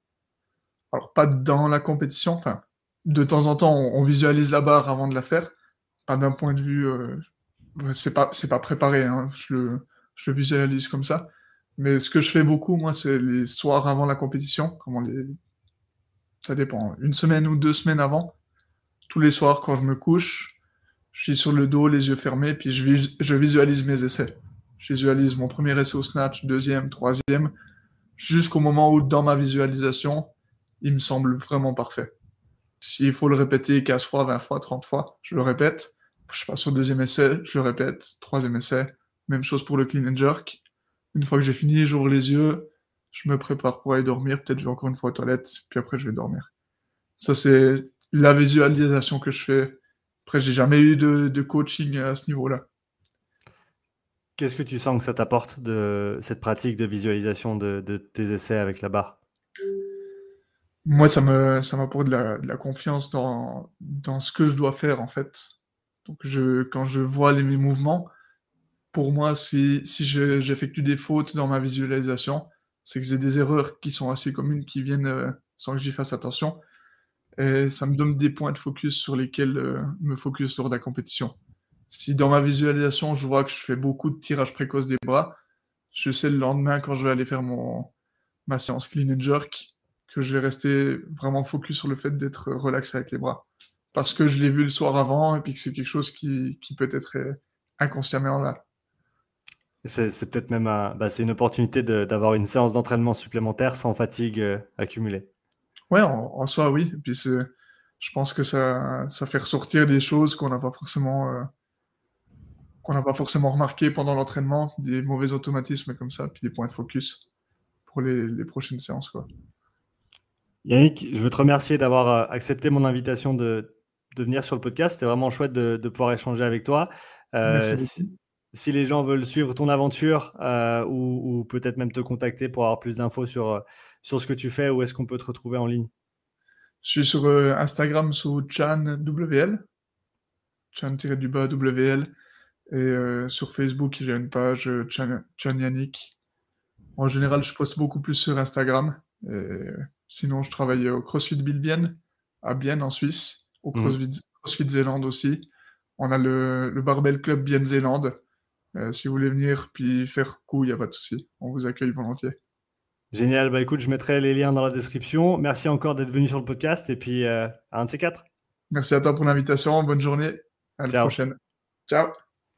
Alors pas dans la compétition, enfin, de temps en temps, on on visualise la barre avant de la faire. Pas d'un point de vue, heu, ouais, c'est pas c'est pas préparé, hein, je le je le visualise comme ça. Mais ce que je fais beaucoup, moi, c'est les soirs avant la compétition, comment les ça dépend, une semaine ou deux semaines avant. Tous les soirs quand je me couche, je suis sur le dos, les yeux fermés, puis je vis je visualise mes essais. Je visualise mon premier essai au snatch, deuxième, troisième, jusqu'au moment où dans ma visualisation, il me semble vraiment parfait. S'il faut le répéter quinze fois, vingt fois, trente fois, je le répète. Je passe au deuxième essai, je le répète, troisième essai, même chose pour le clean and jerk. Une fois que j'ai fini, j'ouvre les yeux, je me prépare pour aller dormir, peut-être je vais encore une fois aux toilettes, puis après je vais dormir. Ça, c'est la visualisation que je fais. Après, j'ai jamais eu de de coaching à ce niveau-là. Qu'est-ce que tu sens que ça t'apporte de cette pratique de visualisation de de tes essais avec la barre? Moi, ça me ça m'apporte de la de la confiance dans dans ce que je dois faire, en fait. Donc je quand je vois les mes mouvements, pour moi, si si je j'effectue des fautes dans ma visualisation, c'est que j'ai des erreurs qui sont assez communes, qui viennent, heu, sans que j'y fasse attention et ça me donne des points de focus sur lesquels, heu, me focus lors de la compétition. Si dans ma visualisation, je vois que je fais beaucoup de tirages précoces des bras, je sais le lendemain quand je vais aller faire mon ma séance clean and jerk, que je vais rester vraiment focus sur le fait d'être relax avec les bras. Parce que je l'ai vu le soir avant et puis que c'est quelque chose qui qui peut être, heu, inconsciemment là. C'est c'est peut-être même un bah, c'est une opportunité de d'avoir une séance d'entraînement supplémentaire sans fatigue, heu, accumulée. Ouais, en en soi, oui et puis c'est je pense que ça ça fait ressortir des choses qu'on n'a pas forcément, heu, qu'on n'a pas forcément remarquées pendant l'entraînement, des mauvais automatismes comme ça, puis des points de focus pour les les prochaines séances, quoi. Yannick, je veux te remercier d'avoir, heu, accepté mon invitation de de venir sur le podcast. C'était vraiment chouette de de pouvoir échanger avec toi. Merci Heu, si beaucoup. si les gens veulent suivre ton aventure, heu, ou ou peut-être même te contacter pour avoir plus d'infos sur, heu, sur ce que tu fais, où est-ce qu'on peut te retrouver en ligne? Je suis sur, heu, Instagram sous Chan W L, Chan-du-bas W L et heu, sur Facebook, j'ai une page, heu, Chan Chan Yannick. En général, je poste beaucoup plus sur Instagram et sinon je travaille au CrossFit Biel, à Bienne en Suisse, au Mmh. CrossFit CrossFit Zélande aussi. On a le le Barbell Club Bienne Zélande, heu, si vous voulez venir puis faire coup, il y a pas de souci. On vous accueille volontiers. Génial, bah, écoute, je mettrai les liens dans la description. Merci encore d'être venu sur le podcast et puis, heu, à un de ces quatre. Merci à toi pour l'invitation, bonne journée, à la Ciao. prochaine. Ciao.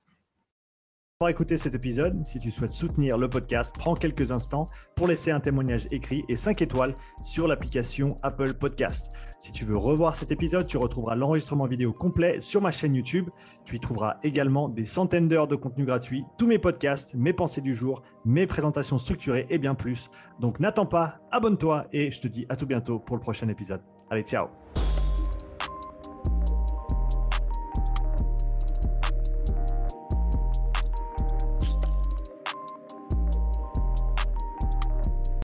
Pour écouter cet épisode, si tu souhaites soutenir le podcast, prends quelques instants pour laisser un témoignage écrit et cinq étoiles sur l'application Apple Podcast. Si tu veux revoir cet épisode, tu retrouveras l'enregistrement vidéo complet sur ma chaîne YouTube. Tu y trouveras également des centaines d'heures de contenu gratuit, tous mes podcasts, mes pensées du jour, mes présentations structurées et bien plus. Donc n'attends pas, abonne-toi et je te dis à tout bientôt pour le prochain épisode. Allez, ciao!